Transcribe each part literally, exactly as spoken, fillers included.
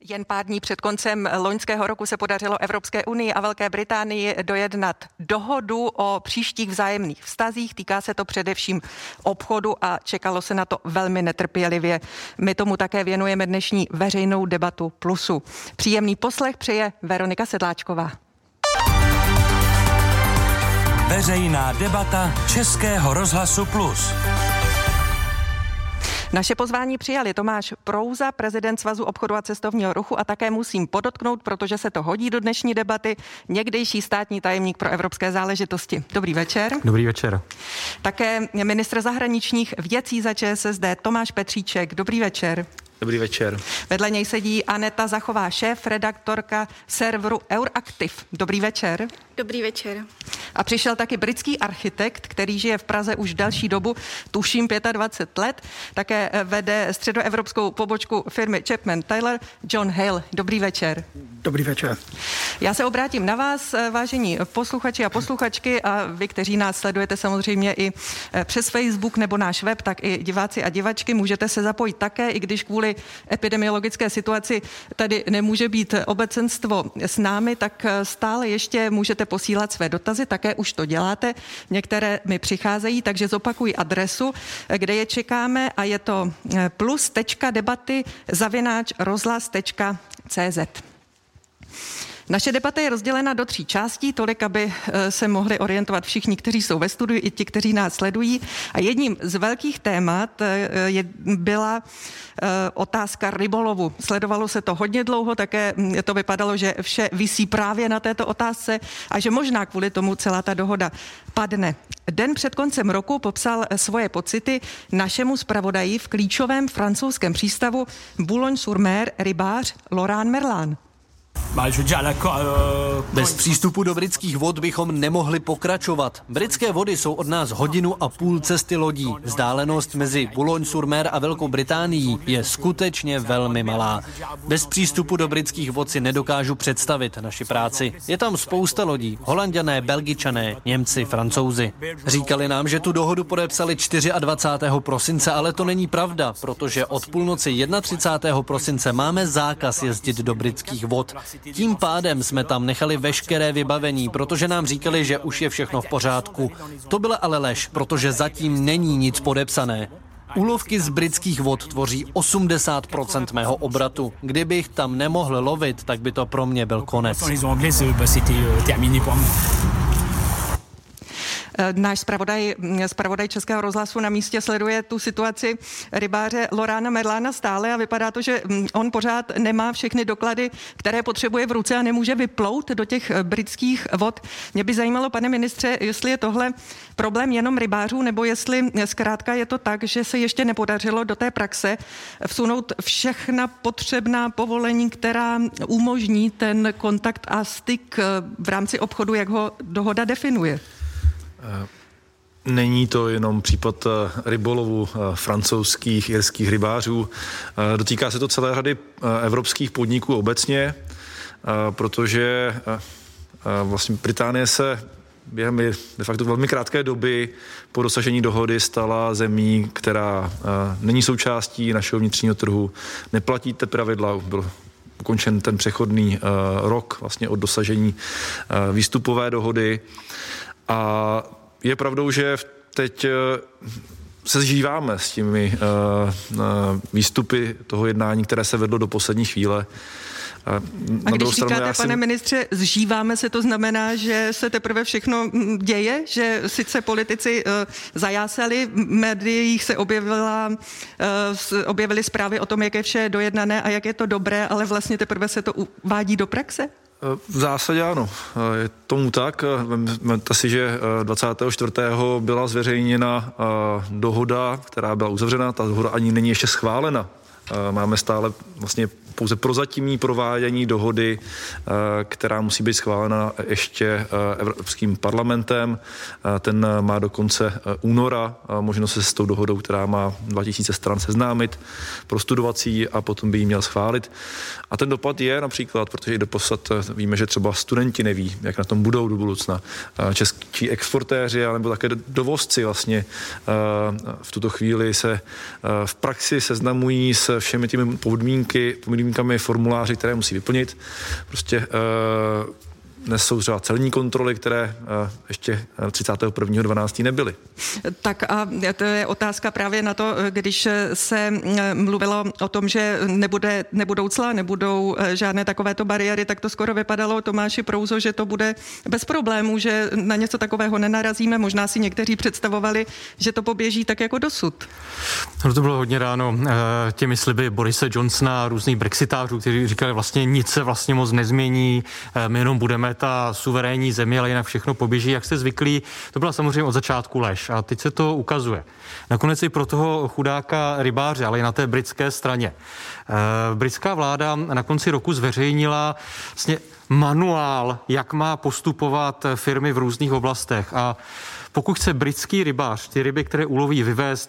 Jen pár dní před koncem loňského roku se podařilo Evropské unii a Velké Británii dojednat dohodu o příštích vzájemných vztazích. Týká se to především obchodu a čekalo se na to velmi netrpělivě. My tomu také věnujeme dnešní veřejnou debatu Plusu. Příjemný poslech přeje Veronika Sedláčková. Veřejná debata Českého rozhlasu Plus. Naše pozvání přijali Tomáš Prouza, prezident Svazu obchodu a cestovního ruchu, a také musím podotknout, protože se to hodí do dnešní debaty, někdejší státní tajemník pro evropské záležitosti. Dobrý večer. Dobrý večer. Také ministr zahraničních věcí za ČSSD Tomáš Petříček. Dobrý večer. Dobrý večer. Vedle něj sedí Aneta Zachová, šéf, redaktorka serveru Euractiv. Dobrý večer. Dobrý večer. A přišel taky britský architekt, který žije v Praze už další dobu, tuším dvacet pět let. Také vede středoevropskou pobočku firmy Chapman Taylor, John Hale. Dobrý večer. Dobrý večer. Já se obrátím na vás, vážení posluchači a posluchačky, a vy, kteří nás sledujete samozřejmě i přes Facebook nebo náš web, tak i diváci a divačky, můžete se zapojit také, i když kvůli epidemiologické situaci tady nemůže být obecenstvo s námi, tak stále ještě můžete posílat své dotazy, také už to děláte. Některé mi přicházejí, takže zopakuji adresu, kde je čekáme, a je to plus tečka debaty zavináč rozhlas tečka cé zet. Naše debata je rozdělena do tří částí, tolik, aby se mohli orientovat všichni, kteří jsou ve studiu, i ti, kteří nás sledují. A jedním z velkých témat je, byla otázka rybolovu. Sledovalo se to hodně dlouho, také to vypadalo, že vše visí právě na této otázce a že možná kvůli tomu celá ta dohoda padne. Den před koncem roku popsal svoje pocity našemu zpravodaji v klíčovém francouzském přístavu Boulogne-sur-Mer rybář Laurent Merlin. Bez přístupu do britských vod bychom nemohli pokračovat. Britské vody jsou od nás hodinu a půl cesty lodí. Vzdálenost mezi Boulogne-sur-Mer a Velkou Británií je skutečně velmi malá. Bez přístupu do britských vod si nedokážu představit naši práci. Je tam spousta lodí. Holanďané, Belgičané, Němci, Francouzi. Říkali nám, že tu dohodu podepsali dvacátého čtvrtého prosince, ale to není pravda, protože od půlnoci třicátého prvního prosince máme zákaz jezdit do britských vod. Tím pádem jsme tam nechali veškeré vybavení, protože nám říkali, že už je všechno v pořádku. To byla ale lež, protože zatím není nic podepsané. Úlovky z britských vod tvoří osmdesát procent mého obratu. Kdybych tam nemohl lovit, tak by to pro mě byl konec. Náš zpravodaj, zpravodaj Českého rozhlasu na místě sleduje tu situaci rybáře Laurenta Merlina stále a vypadá to, že on pořád nemá všechny doklady, které potřebuje v ruce a nemůže vyplout do těch britských vod. Mě by zajímalo, pane ministře, jestli je tohle problém jenom rybářů, nebo jestli zkrátka je to tak, že se ještě nepodařilo do té praxe vsunout všechna potřebná povolení, která umožní ten kontakt a styk v rámci obchodu, jak ho dohoda definuje. Není to jenom případ rybolovu francouzských, irských rybářů. Dotýká se to celé řady evropských podniků obecně, protože vlastně Británie se během de facto velmi krátké doby po dosažení dohody stala zemí, která není součástí našeho vnitřního trhu, neplatí ty pravidla, byl ukončen ten přechodný rok vlastně od dosažení výstupové dohody. A je pravdou, že teď se zžíváme s těmi výstupy toho jednání, které se vedlo do poslední chvíle. A když říkáte, si... pane ministře, zžíváme se, to znamená, že se teprve všechno děje, že sice politici uh, zajásali, v médiích se objevila, uh, objevily zprávy o tom, jak je vše dojednané a jak je to dobré, ale vlastně teprve se to uvádí do praxe? V zásadě ano, je tomu tak. Vemte si, že dvacátého čtvrtého byla zveřejněna dohoda, která byla uzavřena, ta dohoda ani není ještě schválena. Máme stále vlastně pouze prozatímní provádění dohody, která musí být schválena ještě Evropským parlamentem. Ten má do konce února možnost se s tou dohodou, která má dva tisíce stran, seznámit, prostudovat si ji a potom by ji měl schválit. A ten dopad je například, protože i doposud víme, že třeba studenti neví, jak na tom budou do budoucna. Čeští exportéři, nebo také dovozci vlastně v tuto chvíli se v praxi seznamují s všemi těmi podmínky, výjimkami, formuláři, které musí vyplnit. Prostě dnes jsou třeba celní kontroly, které ještě třicátého prvního dvanáctého nebyly. Tak a to je otázka právě na to, když se mluvilo o tom, že nebude, nebudou cla, nebudou žádné takovéto bariéry, tak to skoro vypadalo, Tomáši Prouzo, že to bude bez problémů, že na něco takového nenarazíme. Možná si někteří představovali, že to poběží tak jako dosud. No to bylo hodně ráno těmi sliby Borise Johnsona a různých brexitářů, kteří říkali vlastně nic se vlastně moc nezmění, my jenom budeme ta suverénní země, ale jinak všechno poběží, jak jste zvyklí. To byla samozřejmě od začátku lež a teď se to ukazuje. Nakonec i pro toho chudáka rybáře, ale i na té britské straně. E, britská vláda na konci roku zveřejnila vlastně manuál, jak má postupovat firmy v různých oblastech a pokud chce britský rybář ty ryby, které uloví, vyvést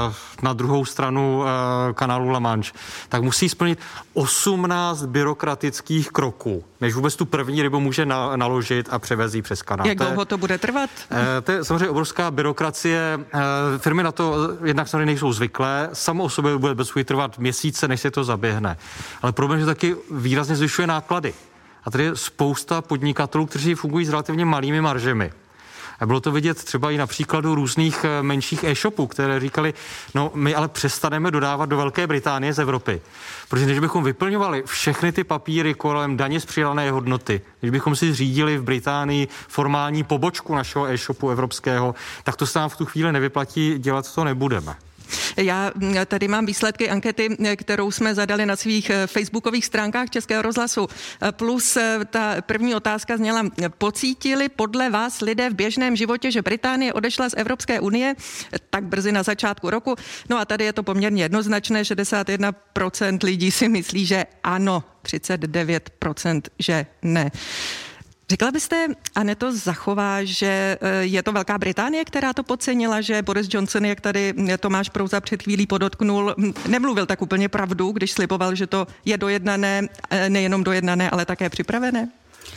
na druhou stranu kanálu La Manche, tak musí splnit osmnáct byrokratických kroků, než vůbec tu první rybu může na, naložit a převést ji přes kanál. Jak dlouho to bude trvat? To je samozřejmě obrovská byrokracie. Firmy na to jednak samozřejmě nejsou zvyklé. Samo o sobě bude bez trvat měsíce, než se to zaběhne. Ale problém, že taky výrazně zvyšuje náklady. A tady je spousta podnikatelů, kteří fungují s relativně malými maržemi. A bylo to vidět třeba i na příkladu různých menších e-shopů, které říkali, no my ale přestaneme dodávat do Velké Británie z Evropy. Protože než bychom vyplňovali všechny ty papíry kolem daně z přidané hodnoty, když bychom si zřídili v Británii formální pobočku našeho e-shopu evropského, tak to se nám v tu chvíli nevyplatí, dělat to nebudeme. Já tady mám výsledky ankety, kterou jsme zadali na svých facebookových stránkách Českého rozhlasu. Plus ta první otázka zněla, pocítili podle vás lidé v běžném životě, že Británie odešla z Evropské unie tak brzy na začátku roku? No a tady je to poměrně jednoznačné, šedesát jedna procent lidí si myslí, že ano, třicet devět procent, že ne. Řekla byste, Aneto Zachová, že je to Velká Británie, která to podcenila, že Boris Johnson, jak tady Tomáš Prouza před chvílí podotknul, nemluvil tak úplně pravdu, když sliboval, že to je dojednané, nejenom dojednané, ale také připravené?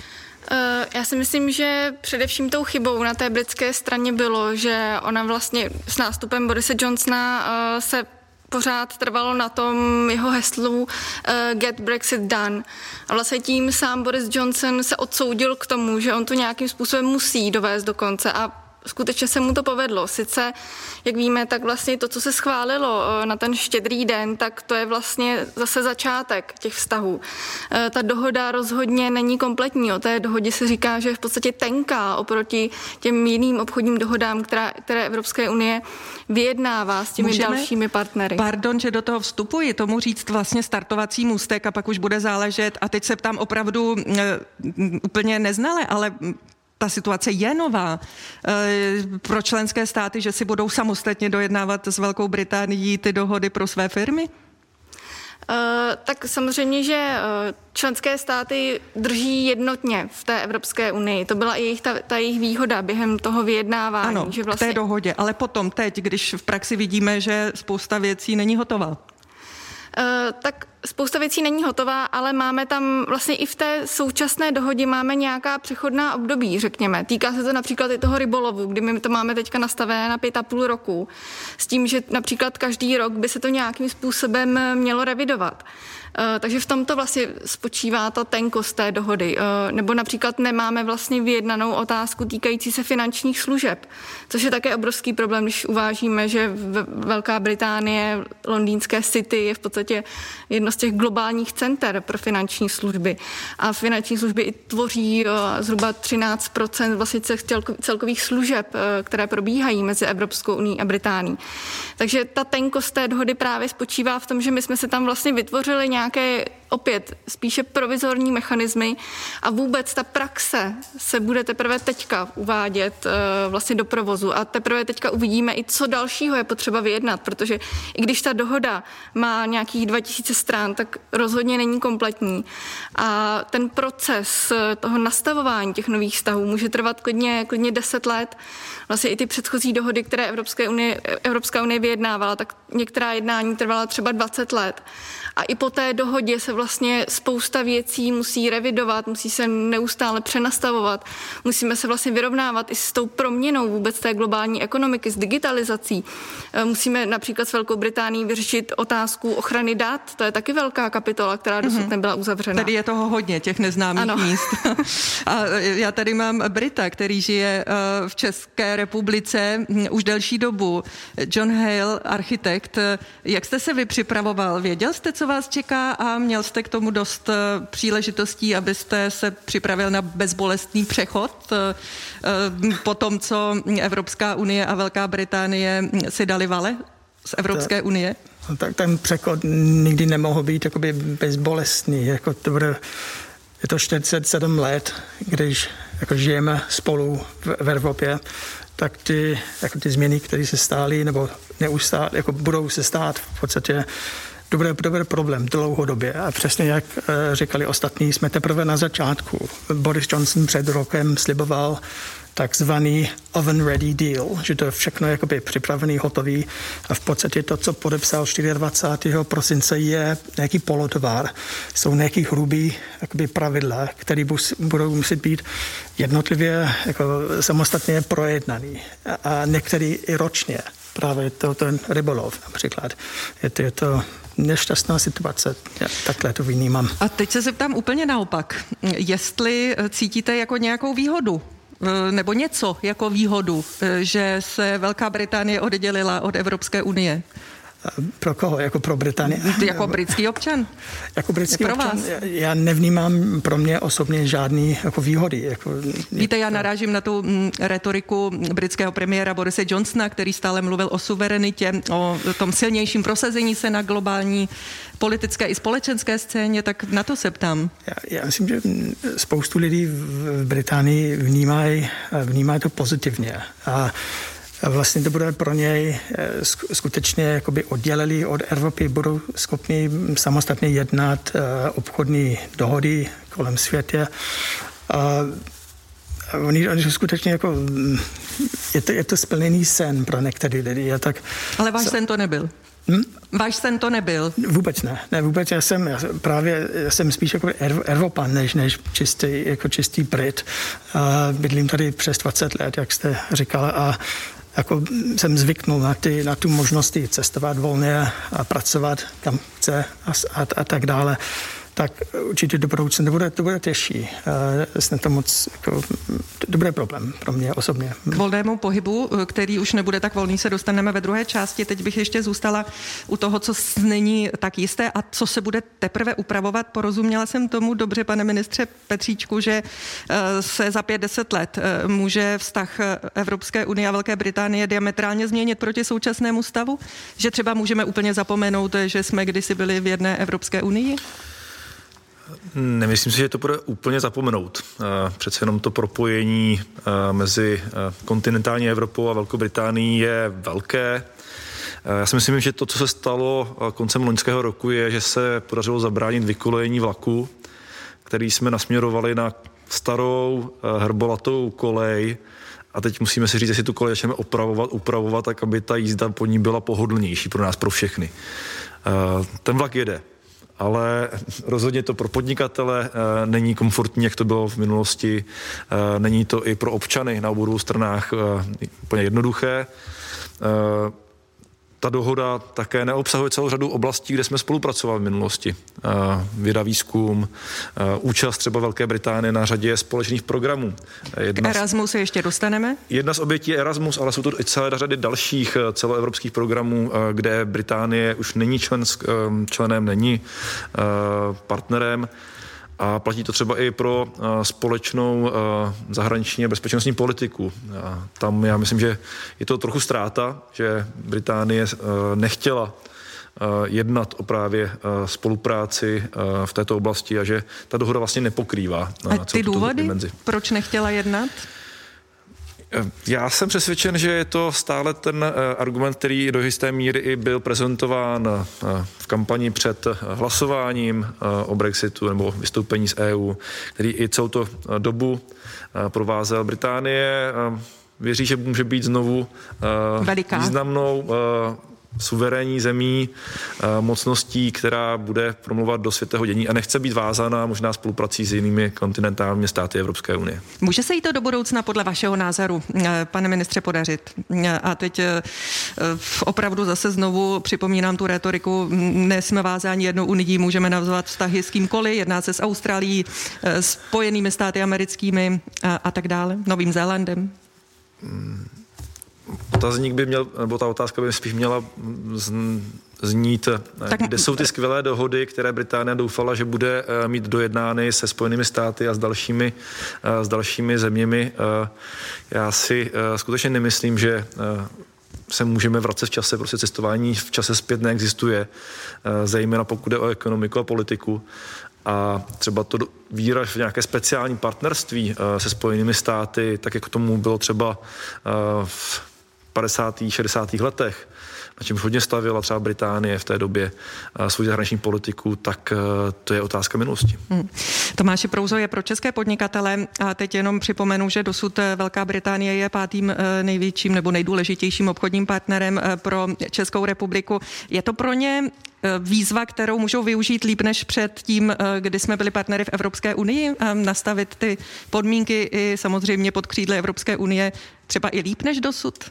Já si myslím, že především tou chybou na té britské straně bylo, že ona vlastně s nástupem Borise Johnsona se pořád trvalo na tom jeho heslu uh, Get Brexit Done. A vlastně tím sám Boris Johnson se odsoudil k tomu, že on to nějakým způsobem musí dovést do konce a skutečně se mu to povedlo. Sice, jak víme, tak vlastně to, co se schválilo na ten Štědrý den, tak to je vlastně zase začátek těch vztahů. Ta dohoda rozhodně není kompletní. O té dohodě se říká, že je v podstatě tenká oproti těm jiným obchodním dohodám, která, které Evropské unie vyjednává s těmi Můžeme, dalšími partnery. Pardon, že do toho vstupuji, tomu říct vlastně startovací můstek a pak už bude záležet. A teď se ptám opravdu e, úplně neznale, ale ta situace je nová e, pro členské státy, že si budou samostatně dojednávat s Velkou Británií ty dohody pro své firmy? Uh, tak samozřejmě, že uh, členské státy drží jednotně v té Evropské unii. To byla i jejich, ta, ta jejich výhoda během toho vyjednávání. Ano, že vlastně... k té dohodě, ale potom teď, když v praxi vidíme, že spousta věcí není hotová. Uh, tak spousta věcí není hotová, ale máme tam vlastně i v té současné dohodě máme nějaká přechodná období, řekněme. Týká se to například i toho rybolovu, kdy my to máme teďka nastavené na pět a půl roku. S tím, že například každý rok by se to nějakým způsobem mělo revidovat. Uh, takže v tomto vlastně spočívá ta tenkost té dohody. Uh, nebo například nemáme vlastně vyjednanou otázku týkající se finančních služeb, což je také obrovský problém, když uvážíme, že Velká Británie, londýnské City je v podstatě jedno z těch globálních center pro finanční služby. A finanční služby i tvoří uh, zhruba třináct procent vlastně celkových služeb, uh, které probíhají mezi Evropskou unií a Británií. Takže ta tenkost té dohody právě spočívá v tom, že my jsme se tam vlastně vytvořili nějaké opět spíše provizorní mechanismy a vůbec ta praxe se bude teprve teďka uvádět uh, vlastně do provozu a teprve teďka uvidíme i co dalšího je potřeba vyjednat, protože i když ta dohoda má nějakých dva tisíce strán, tak rozhodně není kompletní a ten proces toho nastavování těch nových vztahů může trvat klidně, klidně deset let. Vlastně i ty předchozí dohody, které Evropské unie, Evropská unie vyjednávala, tak některá jednání trvala třeba dvacet let a i po té dohodě se vlastně spousta věcí musí revidovat, musí se neustále přenastavovat, musíme se vlastně vyrovnávat i s tou proměnou vůbec té globální ekonomiky, s digitalizací. Musíme například s Velkou Británií vyřešit otázku ochrany dat, to je taky velká kapitola, která dosud mm-hmm. nebyla uzavřena. Tady je toho hodně, těch neznámých ano. míst. A já tady mám Brita, který žije v České republice už delší dobu. John Hale, architekt. Jak jste se vy připravoval? Věděl jste, co vás čeká a měl jste k tomu dost příležitostí, abyste se připravil na bezbolestný přechod po tom, co Evropská unie a Velká Británie si dali vale z Evropské unie? Tak ten přechod nikdy nemohl být jakoby bezbolestný. Jako to bude, je to čtyřicet sedm let, když jako žijeme spolu v, v Evropě, tak ty, jako ty změny, které se stály nebo neustále, jako budou se stát v podstatě, to bude, to bude problém dlouhodobě. A přesně jak e, říkali ostatní, jsme teprve na začátku. Boris Johnson před rokem sliboval takzvaný oven ready deal, že to je všechno jakoby připravený, hotový a v podstatě to, co podepsal dvacátého čtvrtého prosince je nějaký polotovar. Jsou nějaký hrubý jakoby pravidla, které budou muset být jednotlivě jako samostatně projednaný a, a některý i ročně. Právě to, ten rybolov například. Je to, je to nešťastná situace. Já takhle to vnímám. A teď se zeptám úplně naopak. Jestli cítíte jako nějakou výhodu nebo něco jako výhodu, že se Velká Británie oddělila od Evropské unie? Pro koho? Jako pro Británii? Jako britský občan? Jako britský pro občan? Vás? Já nevnímám pro mě osobně žádný jako výhody. Jako, Víte, já narážím na tu mm, retoriku britského premiéra Borise Johnsona, který stále mluvil o suverenitě, o tom silnějším prosazení se na globální politické i společenské scéně, tak na to se ptám. Já, já myslím, že spoustu lidí v Británii vnímají vnímají to pozitivně a vlastně to bude pro něj skutečně jakoby oddělili od Evropy, budou schopni samostatně jednat obchodní dohody kolem světa. A oni, oni jsou skutečně jako, je to, je to splněný sen pro některé lidi. Já tak, Ale váš sen to nebyl? Hm? Váš sen to nebyl? Vůbec ne. Ne, vůbec já jsem já právě já jsem spíš jako Evropan, než, než čistý, jako čistý Brit. A bydlím tady přes dvacet let, jak jste říkala, a jako jsem zvyknul na, ty, na tu možnosti cestovat volně a pracovat kam chce a, a, a tak dále. Tak určitě do budoucna to bude, to bude těžší. Uh, to moc, jako, to bude problém pro mě osobně. K volnému pohybu, který už nebude tak volný, se dostaneme ve druhé části. Teď bych ještě zůstala u toho, co není tak jisté a co se bude teprve upravovat. Porozuměla jsem tomu dobře, pane ministře Petříčku, že se za pět, deset let může vztah Evropské unie a Velké Británie diametrálně změnit proti současnému stavu? Že třeba můžeme úplně zapomenout, že jsme kdysi byli v jedné Evropské unii? Nemyslím si, že to bude úplně zapomenout. Přece jenom to propojení mezi kontinentální Evropou a Velkou Británií je velké. Já si myslím, že to, co se stalo koncem loňského roku, je, že se podařilo zabránit vykolejení vlaku, který jsme nasměrovali na starou hrbolatou kolej. A teď musíme si říct, jestli tu kolej začneme opravovat, upravovat, tak aby ta jízda po ní byla pohodlnější pro nás, pro všechny. Ten vlak jede. Ale rozhodně to pro podnikatele e, není komfortní, jak to bylo v minulosti. E, není to i pro občany na obou stranách e, úplně jednoduché. E, ta dohoda také neobsahuje celou řadu oblastí, kde jsme spolupracovali v minulosti. E, věda, výzkum, e, účast třeba Velké Británie na řadě společných programů. Jedna K Erasmu se ještě dostaneme? Jedna z obětí je Erasmus, ale jsou to i celé řady dalších celoevropských programů, kde Británie už není člen, členem, není partnerem. A platí to třeba i pro společnou zahraniční a bezpečnostní politiku. A tam já myslím, že je to trochu ztráta, že Británie nechtěla jednat o právě spolupráci v této oblasti a že ta dohoda vlastně nepokrývá. A ty důvody, proč nechtěla jednat? Já jsem přesvědčen, že je to stále ten argument, který do jisté míry i byl prezentován v kampani před hlasováním o Brexitu nebo vystoupení z E U, který i celou tu dobu provázel. Británie věří, že může být znovu Veliká. významnou suverénní zemí, mocností, která bude promluvat do světového dění a nechce být vázána možná spoluprací s jinými kontinentálními státy Evropské unie. Může se jí to do budoucna podle vašeho názoru, pane ministře, podařit? A teď opravdu zase znovu připomínám tu retoriku, nejsme vázáni jednou unií, můžeme navazovat vztahy s kýmkoliv, jedná se s Austrálií, Spojenými státy americkými a, a tak dále, Novým Zélandem. Hmm. Otazník by měl, nebo ta otázka by spíš měla znít, tak, kde jsou ty skvělé dohody, které Británie doufala, že bude mít dojednány se Spojenými státy a s dalšími, s dalšími zeměmi. Já si skutečně nemyslím, že se můžeme vracet v čase, prostě cestování v čase zpět neexistuje, zejména pokud jde o ekonomiku a politiku. A třeba to víra v nějaké speciální partnerství se Spojenými státy, tak jako tomu bylo třeba v padesátých, šedesátých letech, na čemž hodně stavěla třeba Británie v té době svou zahraniční politiku, tak to je otázka minulosti. Hmm. Tomáši Prouzo, je pro české podnikatele, a teď jenom připomenu, že dosud Velká Británie je pátým největším nebo nejdůležitějším obchodním partnerem pro Českou republiku. Je to pro ně výzva, kterou můžou využít líp než před tím, kdy jsme byli partnery v Evropské unii, a nastavit ty podmínky i samozřejmě pod křídly Evropské unie třeba i líp než dosud?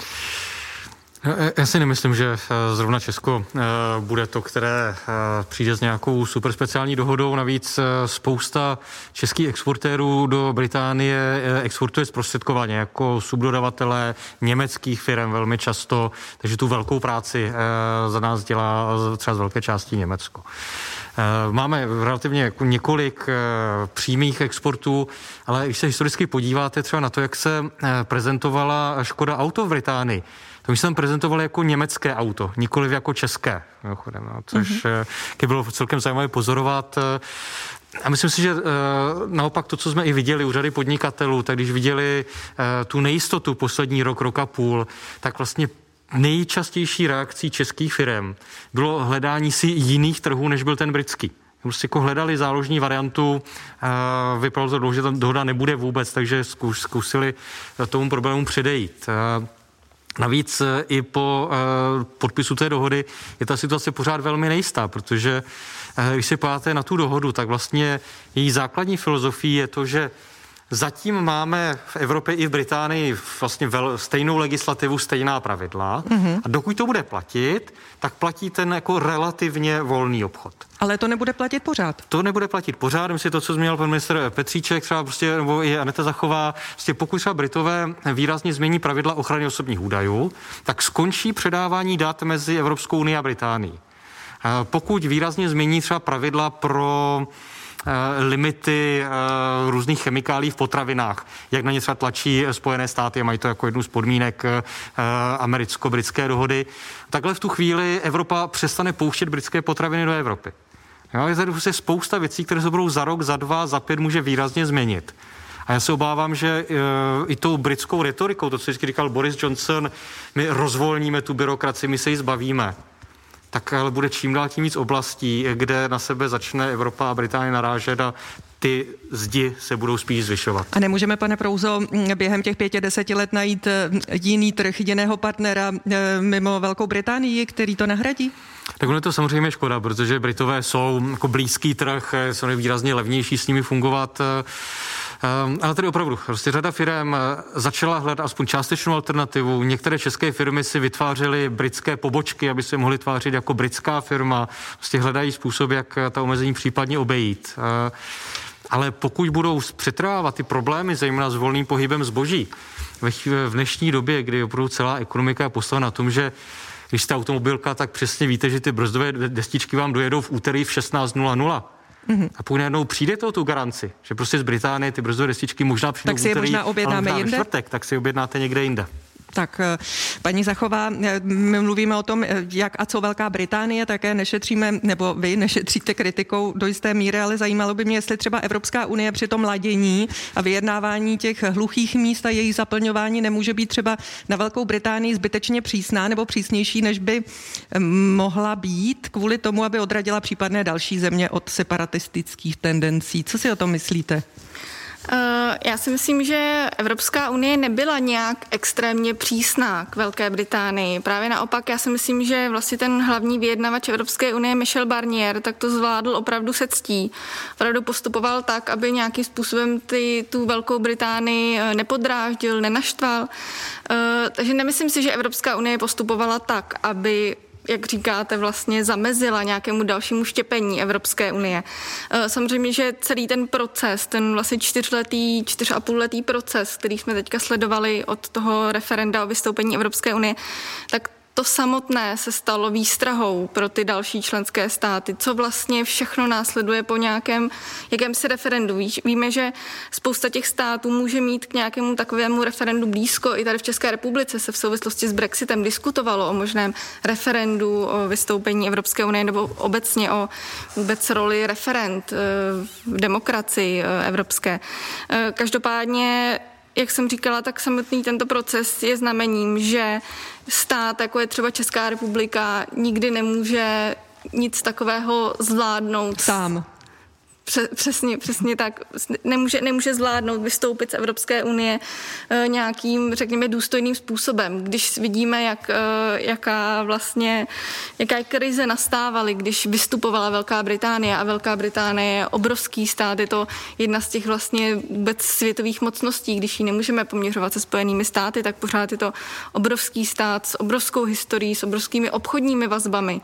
Já si nemyslím, že zrovna Česko bude to, které přijde s nějakou super speciální dohodou. Navíc spousta českých exportérů do Británie exportuje zprostředkovaně jako subdodavatelé německých firm velmi často, takže tu velkou práci za nás dělá třeba z velké části Německo. Máme relativně jako několik přímých exportů, ale když se historicky podíváte třeba na to, jak se prezentovala Škoda Auto v Británii, to my jsme tam prezentovali jako německé auto, nikoliv jako české, což mm-hmm. bylo celkem zajímavé pozorovat. A myslím si, že naopak to, co jsme i viděli u řady podnikatelů, tak když viděli tu nejistotu poslední rok, rok a půl, tak vlastně nejčastější reakcí českých firm bylo hledání si jiných trhů, než byl ten britský. Prostě jako hledali záložní variantu, vypadalo to dlouho, že ta dohoda nebude vůbec, takže zkusili tomu problému předejít. Navíc i po podpisu té dohody je ta situace pořád velmi nejistá, protože když se podíváte na tu dohodu, tak vlastně její základní filozofií je to, že zatím máme v Evropě i v Británii vlastně vel, stejnou legislativu, stejná pravidla mm-hmm. a dokud to bude platit, tak platí ten jako relativně volný obchod. Ale to nebude platit pořád. To nebude platit pořád, myslím, to, co zmínil pan ministr Petříček, třeba prostě, nebo i Aneta Zachová, prostě pokud třeba Britové výrazně změní pravidla ochrany osobních údajů, tak skončí předávání dat mezi Evropskou unii a Británií. Pokud výrazně změní třeba pravidla pro limity uh, různých chemikálí v potravinách, jak na ně třeba tlačí Spojené státy a mají to jako jednu z podmínek uh, americko-britské dohody. Takhle v tu chvíli Evropa přestane pouštět britské potraviny do Evropy. Jo, je tady prostě spousta věcí, které se budou za rok, za dva, za pět může výrazně změnit. A já se obávám, že uh, i tou britskou retorikou, to, co vždycky říkal Boris Johnson, my rozvolníme tu byrokracii, my se ji zbavíme, tak ale bude čím dál tím víc oblastí, kde na sebe začne Evropa a Británie narážet a ty zdi se budou spíš zvyšovat. A nemůžeme, pane Prouzo, během těch pěti, deseti let najít jiný trh, jiného partnera mimo Velkou Británii, který to nahradí? Tak ono je to samozřejmě škoda, protože Britové jsou jako blízký trh, jsou výrazně levnější s nimi fungovat. Ale tady opravdu, prostě řada firm začala hledat aspoň částečnou alternativu. Některé české firmy si vytvářely britské pobočky, aby se mohly tvářit jako britská firma. Prostě hledají způsob, jak ta omezení případně obejít. Ale pokud budou přetrvávat ty problémy, zejména s volným pohybem zboží, v dnešní době, kdy opravdu celá ekonomika je postavena na tom, že když jste automobilka, tak přesně víte, že ty brzdové destičky vám dojedou v úterý v šestnáct nula nula. Mm-hmm. A pokud najednou přijdete o tu garanci, že prostě z Británie ty brzdové destičky možná přijdou v úterý, možná objednáme ale jinde? Čtvrtek, tak si objednáte někde jinde. Tak paní Zachová, my mluvíme o tom, jak a co Velká Británie, také nešetříme, nebo vy nešetříte kritikou do jisté míry, ale zajímalo by mě, jestli třeba Evropská unie při tom ladění a vyjednávání těch hluchých míst a jejich zaplňování nemůže být třeba na Velkou Británii zbytečně přísná nebo přísnější, než by mohla být, kvůli tomu, aby odradila případné další země od separatistických tendencí. Co si o tom myslíte? Já si myslím, že Evropská unie nebyla nějak extrémně přísná k Velké Británii. Právě naopak, já si myslím, že vlastně ten hlavní vyjednavač Evropské unie Michel Barnier tak to zvládl opravdu se ctí. Opravdu postupoval tak, aby nějakým způsobem ty, tu Velkou Británii nepodráždil, nenaštval. Takže nemyslím si, že Evropská unie postupovala tak, aby, jak říkáte, vlastně zamezila nějakému dalšímu štěpení Evropské unie. Samozřejmě, že celý ten proces, ten vlastně čtyřletý, čtyř a půl letý proces, který jsme teďka sledovali od toho referenda o vystoupení Evropské unie, tak to samotné se stalo výstrahou pro ty další členské státy. Co vlastně všechno následuje po nějakém jakémsi referendu. Víme, že spousta těch států může mít k nějakému takovému referendu blízko. I tady v České republice se v souvislosti s Brexitem diskutovalo o možném referendu o vystoupení Evropské unie nebo obecně o vůbec roli referend v demokracii evropské. Každopádně, jak jsem říkala, tak samotný tento proces je znamením, že stát, jako je třeba Česká republika, nikdy nemůže nic takového zvládnout sám. Přesně, přesně tak. Nemůže, nemůže zvládnout vystoupit z Evropské unie nějakým, řekněme, důstojným způsobem. Když vidíme, jak, jaká vlastně, jaká krize nastávaly, když vystupovala Velká Británie, a Velká Británie je obrovský stát, je to jedna z těch vlastně vůbec světových mocností, když ji nemůžeme poměřovat se Spojenými státy, tak pořád je to obrovský stát s obrovskou historií, s obrovskými obchodními vazbami.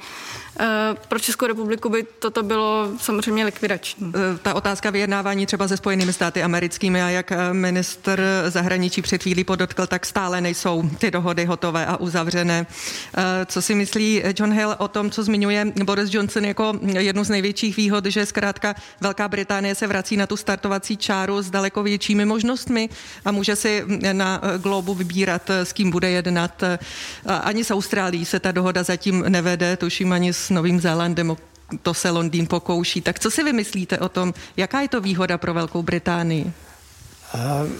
Pro Českou republiku by toto bylo samozřejmě likvidační. Ta otázka vyjednávání třeba se Spojenými státy americkými, a jak ministr zahraničí před chvílí podotkl, tak stále nejsou ty dohody hotové a uzavřené. Co si myslí John Hill o tom, co zmiňuje Boris Johnson jako jednu z největších výhod, že zkrátka Velká Británie se vrací na tu startovací čáru s daleko většími možnostmi a může si na globu vybírat, s kým bude jednat. Ani s Austrálií se ta dohoda zatím nevede, tuším ani s Novým Zélandem, to se Londýn pokouší. Tak co si vymyslíte o tom, jaká je to výhoda pro Velkou Británii? Uh,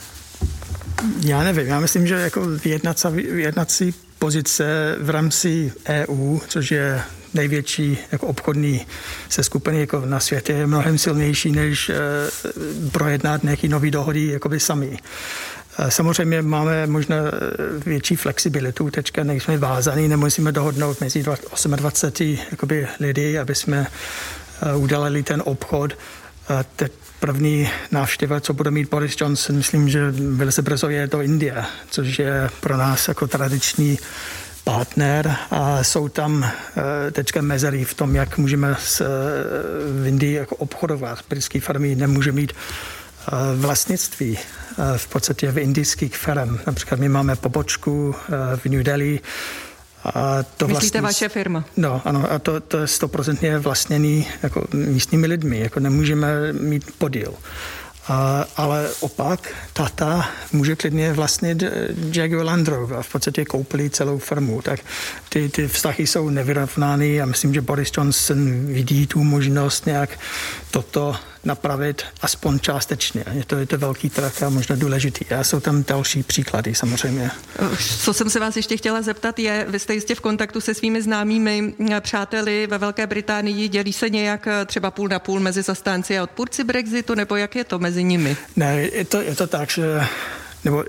já nevím, já myslím, že jako vyjednací, vyjednací pozice v rámci E U, což je největší jako obchodní seskupení jako na světě, je mnohem silnější, než uh, projednat nějaké nové dohody jakoby sami. Samozřejmě máme možná větší flexibilitu, teďka nejsme vázaný, nemusíme dohodnout mezi dvaceti osmi jakoby lidi, aby jsme udělali ten obchod. Teď první návštěva, co bude mít Boris Johnson, myslím, že velice brzo je do Indie, což je pro nás jako tradiční partner, a jsou tam teďka mezery v tom, jak můžeme s, v Indii jako obchodovat. Britské firmy nemůže mít vlastnictví v podstatě v indijských firm. Například my máme pobočku v New Delhi. A to Myslíte vlastní... vaše firma? No, ano, a to, to je stoprocentně vlastněný jako místními lidmi, jako nemůžeme mít podíl. A, ale opak, tata může klidně vlastnit Jaguar Land Rover a v podstatě koupili celou firmu. Tak ty, ty vztahy jsou nevyrovnány a myslím, že Boris Johnson vidí tu možnost nějak toto napravit aspoň částečně. Je to, je to velký trh a možná důležitý. A jsou tam další příklady samozřejmě. Co jsem se vás ještě chtěla zeptat je, vy jste jistě v kontaktu se svými známými přáteli ve Velké Británii, dělí se nějak třeba půl na půl mezi zastánci a odpůrci Brexitu, nebo jak je to mezi nimi? Ne, je to, je to tak, že nebo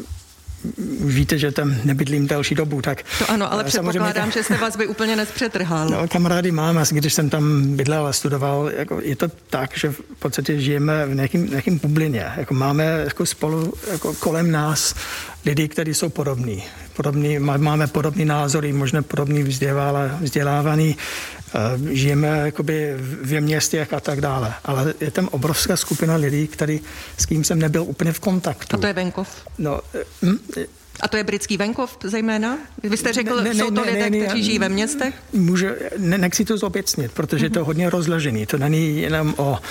už víte, že tam nebydlím další dobu, tak... To ano, ale předpokládám, že jste vazby úplně nepřetrhal. No, kamarády mám, a když jsem tam bydlel a studoval, jako je to tak, že v podstatě žijeme v nějakým, nějakým bublině. Jako máme jako spolu jako kolem nás lidi, kteří jsou podobní. podobní. Máme podobné názory, možná podobný vzdělávaný, žijeme jakoby v městech a tak dále. Ale je tam obrovská skupina lidí, který, s kým jsem nebyl úplně v kontaktu. A to je venkov? No, hm? A to je britský venkov zejména? Vy jste řekl, ne, ne, jsou to ne, lidé, ne, ne, kteří žijí ve městech? Může, ne, nechci to zobecnit, protože mm-hmm. to je hodně rozložený. To není jenom o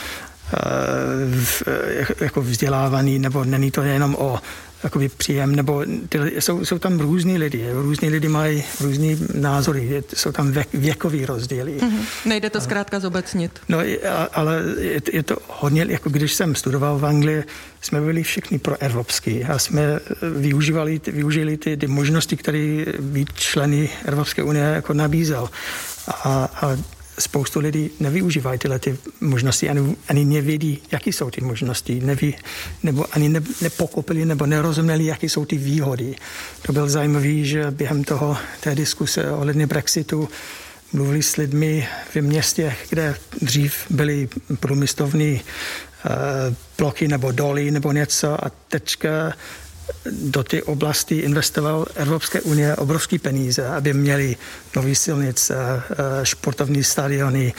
v, jako vzdělávaný, nebo není to jenom o jakoby příjem, nebo ty, jsou, jsou tam různí lidi, různí lidi mají různý názory, jsou tam věk, věkový rozdíly. Mm-hmm. Nejde to zkrátka zobecnit. No, ale je, je to hodně, jako když jsem studoval v Anglii, jsme byli všichni proevropský a jsme využívali, využili ty, ty možnosti, které být členy Evropské unie jako nabízel. A, a spoustu lidí nevyužívají tyhle ty možnosti, ani, ani nevědí, jaký jsou ty možnosti, neví, nebo ani ne, nepokopili, nebo nerozuměli, jaké jsou ty výhody. To byl zajímavý, že během toho té diskuse ohledně Brexitu mluvili s lidmi v městech, kde dřív byly průmyslovní uh, bloky nebo doly nebo něco a teďka do té oblasti investoval Evropské unie obrovské peníze, aby měli nový silnice, sportovní stadiony,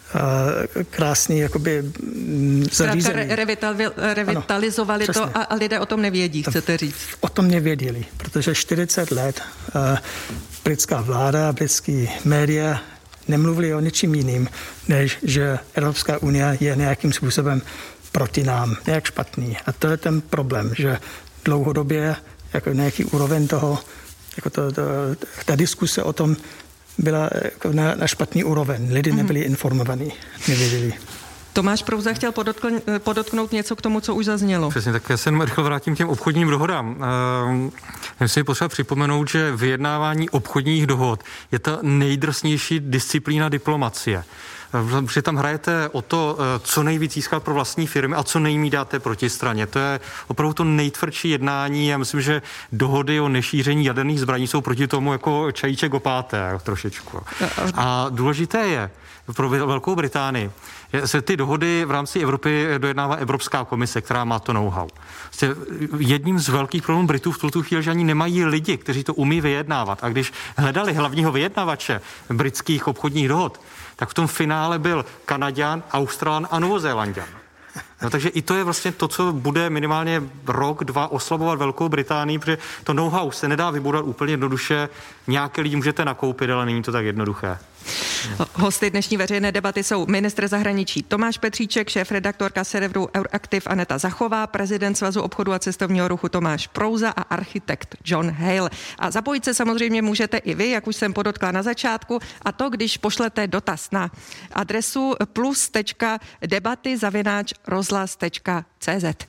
krásný jakoby zařízení. Revitalizovali ano, to a lidé o tom nevědí, chcete říct? O tom nevěděli, protože čtyřicet let uh, britská vláda, britský média nemluvili o ničím jiným, než že Evropská unie je nějakým způsobem proti nám, nějak špatný. A to je ten problém, že dlouhodobě jako nějaký úroveň toho, jako to, to, ta diskuse o tom byla jako na, na špatný úroveň. Lidi mm. nebyli informovaní, nevěděli. Tomáš Prouza chtěl podotknout, podotknout něco k tomu, co už zaznělo. Přesně, tak já se rychle vrátím k těm obchodním dohodám. Ehm, já si potřeba připomenout, že vyjednávání obchodních dohod je ta nejdrsnější disciplína diplomacie. Protože tam hrajete o to, co nejvíc získat pro vlastní firmy a co nejméně dáte protistraně. To je opravdu to nejtvrdší jednání. Já myslím, že dohody o nešíření jaderných zbraní jsou proti tomu jako čajíček opáté trošičku. A důležité je pro Velkou Británii, se ty dohody v rámci Evropy dojednává Evropská komise, která má to know-how. Jedním z velkých problémů Britů v tuto chvíli, že ani nemají lidi, kteří to umí vyjednávat. A když hledali hlavního vyjednavače britských obchodních dohod, tak v tom finále byl Kanaďan, Australan a Novozélanďan. No, takže i to je vlastně to, co bude minimálně rok, dva oslabovat Velkou Británii, protože to know-how se nedá vybudovat úplně jednoduše. Nějaké lidi můžete nakoupit, ale není to tak jednoduché. Hosty dnešní veřejné debaty jsou ministr zahraničí Tomáš Petříček, šéf-redaktorka serveru Euraktiv Aneta Zachová, prezident Svazu obchodu a cestovního ruchu Tomáš Prouza a architekt John Hale. A zapojit se samozřejmě můžete i vy, jak už jsem podotkla na začátku, a to, když pošlete dotaz na adresu plus tečka debaty zavináč rozhlas tečka cé zet.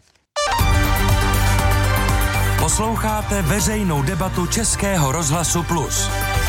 Posloucháte veřejnou debatu Českého rozhlasu Plus.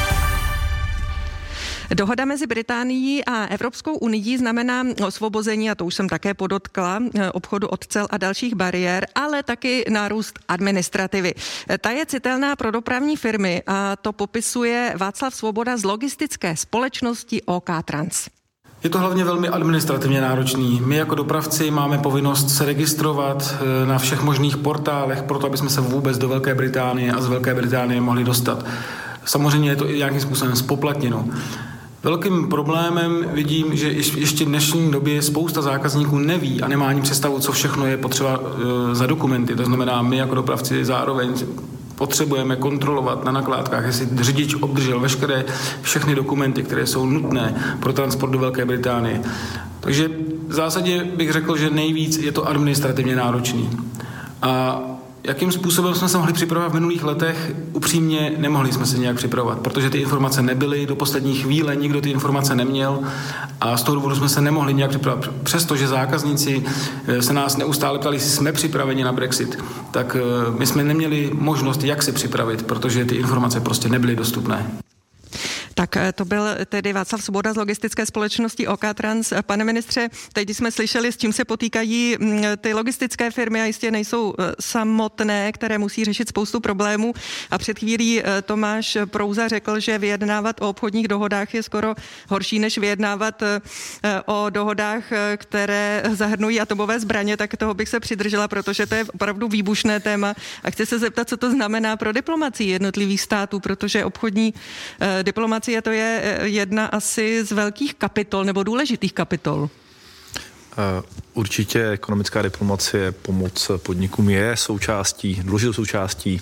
Dohoda mezi Británií a Evropskou unií znamená osvobození, a to už jsem také podotkla, obchodu od cel a dalších bariér, ale taky nárůst administrativy. Ta je citelná pro dopravní firmy a to popisuje Václav Svoboda z logistické společnosti ó ká Trans. Je to hlavně velmi administrativně náročný. My jako dopravci máme povinnost se registrovat na všech možných portálech, proto aby jsme se vůbec do Velké Británie a z Velké Británie mohli dostat. Samozřejmě je to i nějakým způsobem spoplatněno. Velkým problémem vidím, že ještě v dnešní době spousta zákazníků neví a nemá ani představu, co všechno je potřeba za dokumenty. To znamená, my jako dopravci zároveň potřebujeme kontrolovat na nakládkách, jestli řidič obdržel veškeré všechny dokumenty, které jsou nutné pro transport do Velké Británie. Takže v zásadě bych řekl, že nejvíc je to administrativně náročný. A jakým způsobem jsme se mohli připravovat v minulých letech? Upřímně nemohli jsme se nějak připravovat, protože ty informace nebyly, do poslední chvíle nikdo ty informace neměl a z toho důvodu jsme se nemohli nějak připravovat. Přestože zákazníci se nás neustále ptali, jestli jsme připraveni na Brexit, tak my jsme neměli možnost, jak se připravit, protože ty informace prostě nebyly dostupné. Tak to byl tedy Václav Svoboda z logistické společnosti ó ká Trans. Pane ministře, teď jsme slyšeli, s čím se potýkají ty logistické firmy a jistě nejsou samotné, které musí řešit spoustu problémů. A před chvílí Tomáš Prouza řekl, že vyjednávat o obchodních dohodách je skoro horší, než vyjednávat o dohodách, které zahrnují atomové zbraně, tak toho bych se přidržela, protože to je opravdu výbušné téma. A chci se zeptat, co to znamená pro diplomacii jednotlivých států, protože obchodní diplomacie to je jedna asi z velkých kapitol nebo důležitých kapitol. Určitě ekonomická diplomacie, pomoc podnikům je součástí, důležitou součástí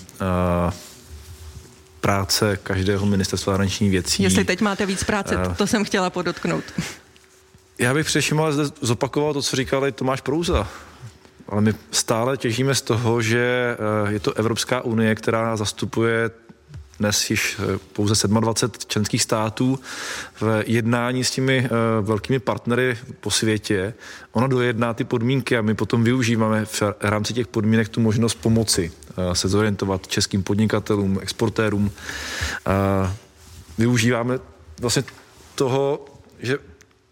práce každého ministerstva zahraničních věcí. Jestli teď máte víc práce, to jsem chtěla podotknout. Já bych především ale zde zopakoval to, co říkal i Tomáš Prouza. Ale my stále těžíme z toho, že je to Evropská unie, která zastupuje dnes již pouze dvacet sedm členských států v jednání s těmi velkými partnery po světě. Ona dojedná ty podmínky a my potom využíváme v rámci těch podmínek tu možnost pomoci se zorientovat českým podnikatelům, exportérům. Využíváme vlastně toho, že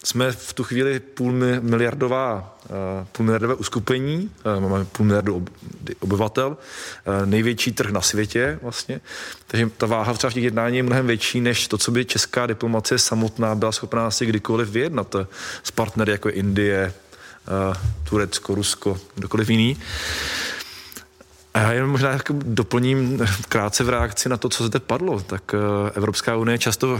jsme v tu chvíli půl miliardová, půl miliardové uskupení, máme půl miliardu obyvatel, největší trh na světě vlastně, takže ta váha třeba v těch jednání je mnohem větší, než to, co by česká diplomacie samotná byla schopná si kdykoliv vyjednat s partnery, jako je Indie, Turecko, Rusko, kdokoliv jiný. A já jenom možná doplním krátce v reakci na to, co zde padlo. Tak Evropská unie často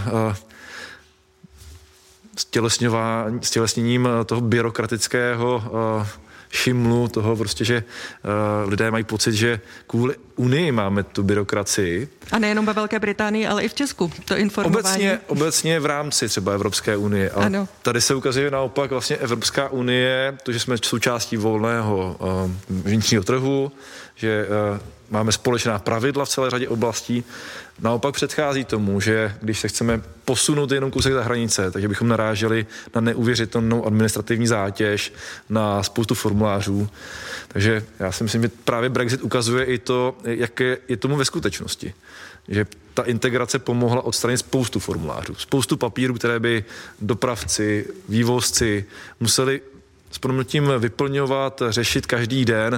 stělesněním toho byrokratického šimlu, toho prostě, že uh, lidé mají pocit, že kvůli Unii máme tu byrokracii. A nejenom ve Velké Británii, ale i v Česku to informování. Obecně, obecně v rámci třeba Evropské unie. A ano. Tady se ukazuje naopak vlastně Evropská unie, to, že jsme součástí volného uh, vnitřního trhu, že uh, máme společná pravidla v celé řadě oblastí. Naopak předchází tomu, že když se chceme posunout jenom kousek za hranice, takže bychom naráželi na neuvěřitelnou administrativní zátěž, na spoustu formulářů. Takže já si myslím, že právě Brexit ukazuje i to, jak je, je tomu ve skutečnosti. Že ta integrace pomohla odstranit spoustu formulářů, spoustu papírů, které by dopravci, vývozci museli s proměnutím vyplňovat, řešit každý den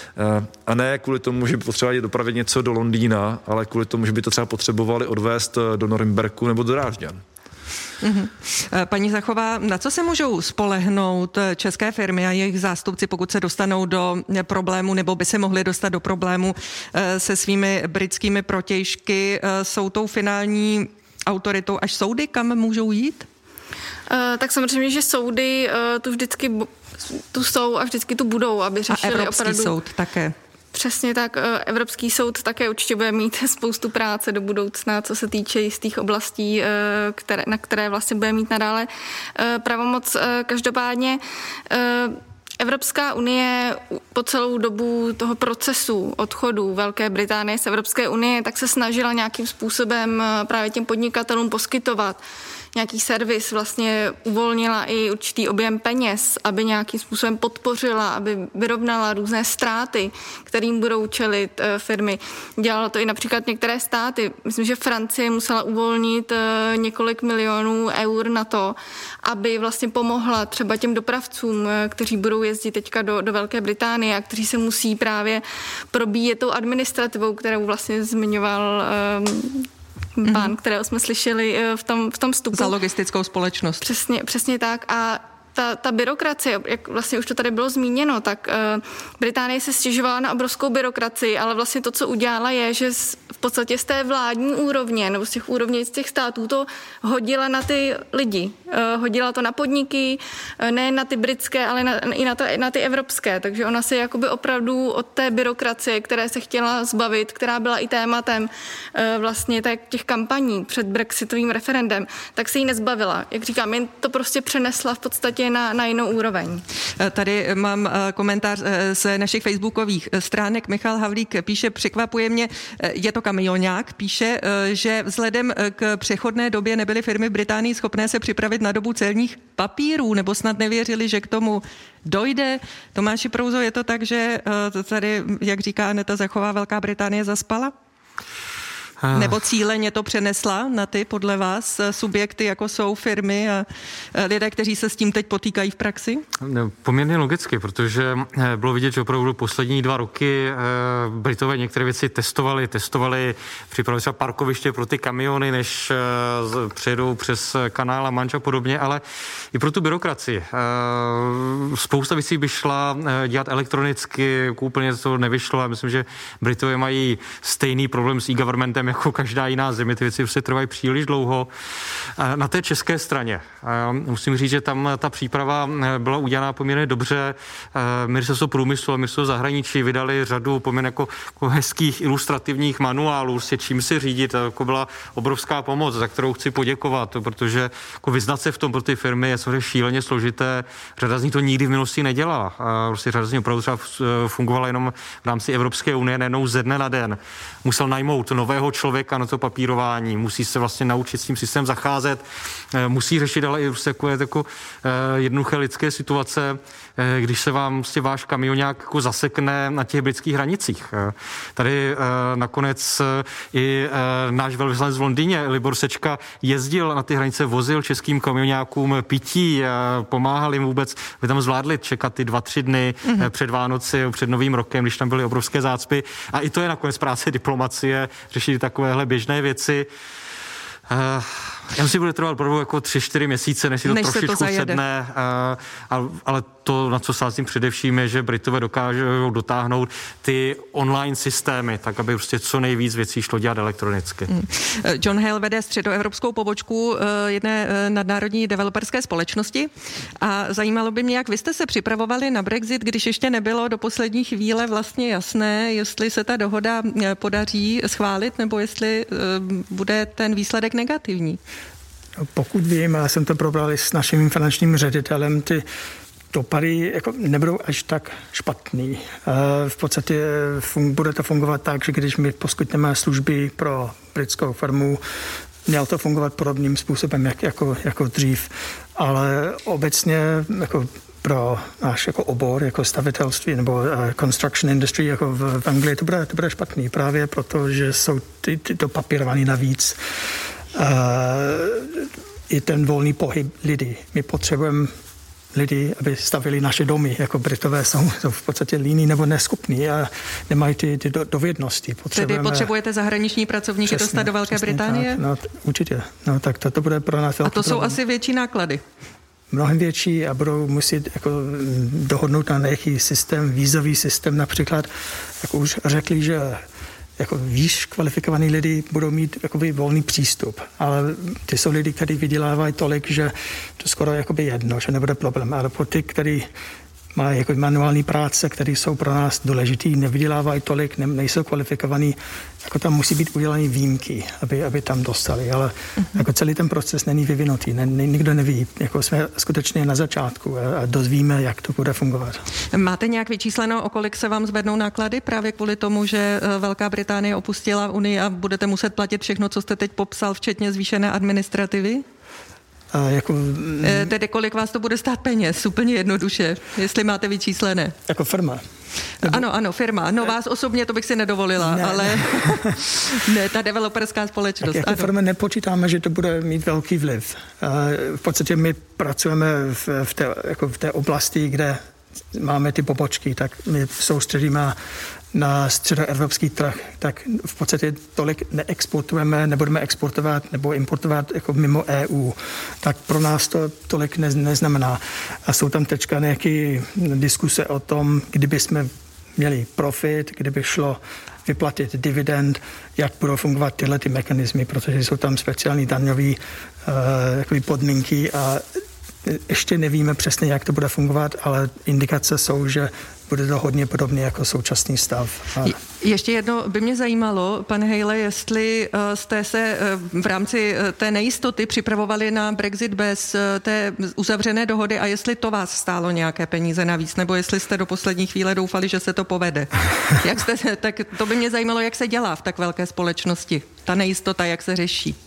a ne kvůli tomu, že by potřebovali dopravit něco do Londýna, ale kvůli tomu, že by to třeba potřebovali odvést do Norimberku nebo do Drážďan. Mm-hmm. Paní Zachová, na co se můžou spolehnout české firmy a jejich zástupci, pokud se dostanou do problému nebo by se mohli dostat do problému se svými britskými protějšky? Jsou tou finální autoritou až soudy, kam můžou jít? Uh, tak samozřejmě, že soudy uh, tu vždycky tu jsou a vždycky tu budou, aby řešili a Evropský opravdu... soud také. Přesně tak. Evropský soud také určitě bude mít spoustu práce do budoucna, co se týče jistých oblastí, které, na které vlastně bude mít nadále pravomoc. Každopádně Evropská unie po celou dobu toho procesu odchodu Velké Británie z Evropské unie tak se snažila nějakým způsobem právě těm podnikatelům poskytovat nějaký servis, vlastně uvolnila i určitý objem peněz, aby nějakým způsobem podpořila, aby vyrovnala různé ztráty, kterým budou čelit uh, firmy. Dělalo to i například některé státy. Myslím, že Francie musela uvolnit uh, několik milionů eur na to, aby vlastně pomohla třeba těm dopravcům, uh, kteří budou jezdit teďka do, do Velké Británie a kteří se musí právě probíjet tou administrativou, kterou vlastně zmiňoval um, pán, mm-hmm. kterého jsme slyšeli v tom, v tom vstupu. Za logistickou společnost. Přesně, přesně tak. A ta, ta byrokracie, jak vlastně už to tady bylo zmíněno, tak uh, Británie se stěžovala na obrovskou byrokracii, ale vlastně to, co udělala, je, že z, v podstatě z té vládní úrovně nebo z těch úrovní z těch států to hodila na ty lidi. Uh, hodila to na podniky, uh, ne na ty britské, ale na, i na, to, na ty evropské. Takže ona se jakoby opravdu od té byrokracie, které se chtěla zbavit, která byla i tématem uh, vlastně těch kampaní před brexitovým referendem, tak se jí nezbavila. Jak říkám, jen to prostě přenesla v podstatě Na, na jinou úroveň. Tady mám komentář z našich facebookových stránek. Michal Havlík píše, překvapuje mě, je to kamionák, píše, že vzhledem k přechodné době nebyly firmy v Británii schopné se připravit na dobu celních papírů, nebo snad nevěřili, že k tomu dojde. Tomáši Prouzo, je to tak, že tady, jak říká Aneta Zachová, Velká Británie zaspala? Nebo cíleně to přenesla na ty, podle vás, subjekty, jako jsou firmy a lidé, kteří se s tím teď potýkají v praxi? Poměrně logicky, protože bylo vidět, že opravdu poslední dva roky Britové některé věci testovali, testovali, připravili třeba parkoviště pro ty kamiony, než přejedou přes kanál a Manč a podobně, ale i pro tu byrokracii. Spousta věcí by šla dělat elektronicky, úplně to nevyšlo a myslím, že Britové mají stejný problém s e-governmentem jako každá jiná země, ty věci prostě trvají příliš dlouho. Na té české straně musím říct, že tam ta příprava byla udělaná poměrně dobře. Ministerstvo průmyslu a Ministerstvo zahraničí vydali řadu poměrně jako, jako hezkých ilustrativních manuálů, s čím si řídit. To jako byla obrovská pomoc, za kterou chci poděkovat, protože jako vyznat se v tom pro ty firmy je samozřejmě šíleně složité. Řada z nich to nikdy v minulosti nedělala. Prostě řada z nich opravdu třeba fungovala jenom v rámci Evropské unie, nejenom ze dne na den. Musel najmout nového člověka na to papírování, musí se vlastně naučit s tím systémem zacházet, musí řešit ale i takové jako jednoduché lidské situace, když se vám vlastně váš kamion nějak jako zasekne na těch britských hranicích. Tady nakonec i náš velvyslanec v Londýně, Libor Sečka, jezdil na ty hranice, vozil českým kamionákům pití, pomáhal jim vůbec, aby tam zvládli čekat ty dva, tři dny mm-hmm. před Vánoci, před Novým rokem, když tam byly obrovské zácpy. A i to je nakonec práce diplomacie, řešit takovéhle běžné věci. Uh, já myslím, že bude trvat opravdu jako tři, čtyři měsíce, než si to než trošičku to sedne, uh, ale to, na co sázím především, je, že Britové dokážou dotáhnout ty online systémy, tak aby prostě co nejvíc věcí šlo dělat elektronicky. Hmm. John Hale vede středoevropskou pobočku jedné nadnárodní developerské společnosti a zajímalo by mě, jak vy jste se připravovali na Brexit, když ještě nebylo do poslední chvíle vlastně jasné, jestli se ta dohoda podaří schválit, nebo jestli bude ten výsledek negativní. Pokud vím, já jsem to probral s naším finančním ředitelem, ty dopady jako nebudou až tak špatný. V podstatě fun- bude to fungovat tak, že když my poskytneme služby pro britskou firmu, měl to fungovat podobným způsobem jak, jako, jako dřív, ale obecně jako pro náš jako obor, jako stavitelství nebo uh, construction industry jako v, v Anglii, to bude, to bude špatný právě proto, že jsou ty, tyto papírovaný navíc. Uh, I ten volný pohyb lidí. My potřebujeme lidi, aby stavili naše domy, jako Britové jsou, jsou v podstatě líní nebo neschopní a nemají ty, ty do, dovednosti. Tedy potřebujete zahraniční pracovníky dostat do Velké Británie? Tak, no, určitě. No, tak to, to bude pro nás velký A to jsou problém. asi větší náklady? Mnohem větší a budou muset jako dohodnout na nějaký systém, vízový systém například. Jako už řekli, že jako výš kvalifikovaní lidi budou mít jakoby volný přístup, ale ty jsou lidi, kteří vydělávají tolik, že to skoro jakoby jedno, že nebude problém. Ale pro ty, kteří mají jako manuální práce, které jsou pro nás důležitý, nevydělávají tolik, ne, nejsou kvalifikovaní, jako tam musí být udělané výjimky, aby, aby tam dostali, ale uh-huh. jako celý ten proces není vyvinutý, ne, ne, nikdo neví, jako jsme skutečně na začátku a, a dozvíme, jak to bude fungovat. Máte nějak vyčísleno, o kolik se vám zvednou náklady právě kvůli tomu, že Velká Británie opustila Unii a budete muset platit všechno, co jste teď popsal, včetně zvýšené administrativy? A jako, e, tedy kolik vás to bude stát peněz, úplně jednoduše, jestli máte vyčíslené. Jako firma. Nebo... Ano, ano, firma. No vás osobně to bych si nedovolila, ne, ale ne. ne, ta developerská společnost. Tak jako ano. firma nepočítáme, že to bude mít velký vliv. V podstatě my pracujeme v, v, té, jako v té oblasti, kde máme ty pobočky, tak my soustředíme na středoevropský trh, tak v podstatě tolik neexportujeme, nebudeme exportovat nebo importovat jako mimo E U. Tak pro nás to tolik ne, neznamená. A jsou tam teďka nějaké diskuse o tom, kdyby jsme měli profit, kdyby šlo vyplatit dividend, jak budou fungovat tyhle ty mechanismy, protože jsou tam speciální daňové uh, podmínky a ještě nevíme přesně, jak to bude fungovat, ale indikace jsou, že bude to hodně podobně jako současný stav. A... Ještě jedno by mě zajímalo, pane Hale, jestli jste se v rámci té nejistoty připravovali na Brexit bez té uzavřené dohody a jestli to vás stálo nějaké peníze navíc, nebo jestli jste do poslední chvíle doufali, že se to povede. Jak jste, tak to by mě zajímalo, jak se dělá v tak velké společnosti. Ta nejistota, jak se řeší.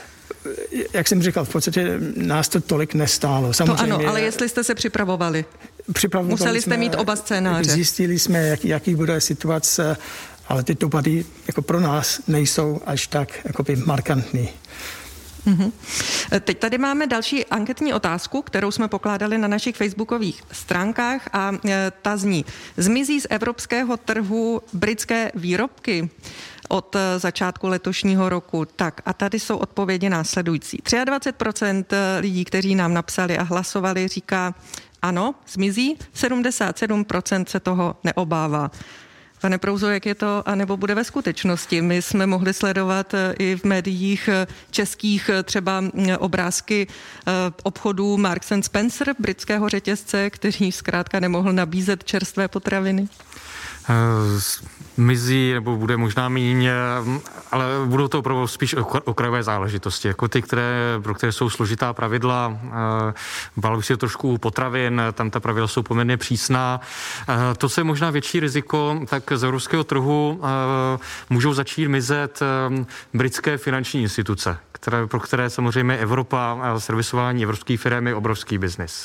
Jak jsem říkal, v podstatě nás to tolik nestálo. Samozřejmě, to ano, ale jestli jste se připravovali, museli jste jsme, mít oba scénáře. Zjistili jsme, jak, jaký bude situace, ale ty dopady jako pro nás nejsou až tak jakoby markantní. Uhum. Teď tady máme další anketní otázku, kterou jsme pokládali na našich facebookových stránkách a ta zní: zmizí z evropského trhu britské výrobky od začátku letošního roku? Tak a tady jsou odpovědi následující. dvacet tři procent lidí, kteří nám napsali a hlasovali, říká ano, zmizí, sedmdesát sedm procent se toho neobává. Pane Prouzo, jak je to, anebo bude ve skutečnosti? My jsme mohli sledovat i v médiích českých třeba obrázky obchodů Marks and Spencer, britského řetězce, který zkrátka nemohl nabízet čerstvé potraviny. mizí, nebo bude možná méně, ale budou to opravdu spíš okrajové záležitosti, jako ty, které, pro které jsou složitá pravidla. Bál bych si trošku potravin, tam ta pravidla jsou poměrně přísná. To, co je možná větší riziko, tak z evropského trhu můžou začít mizet britské finanční instituce, které, pro které samozřejmě Evropa a servisování evropských firm je obrovský biznis.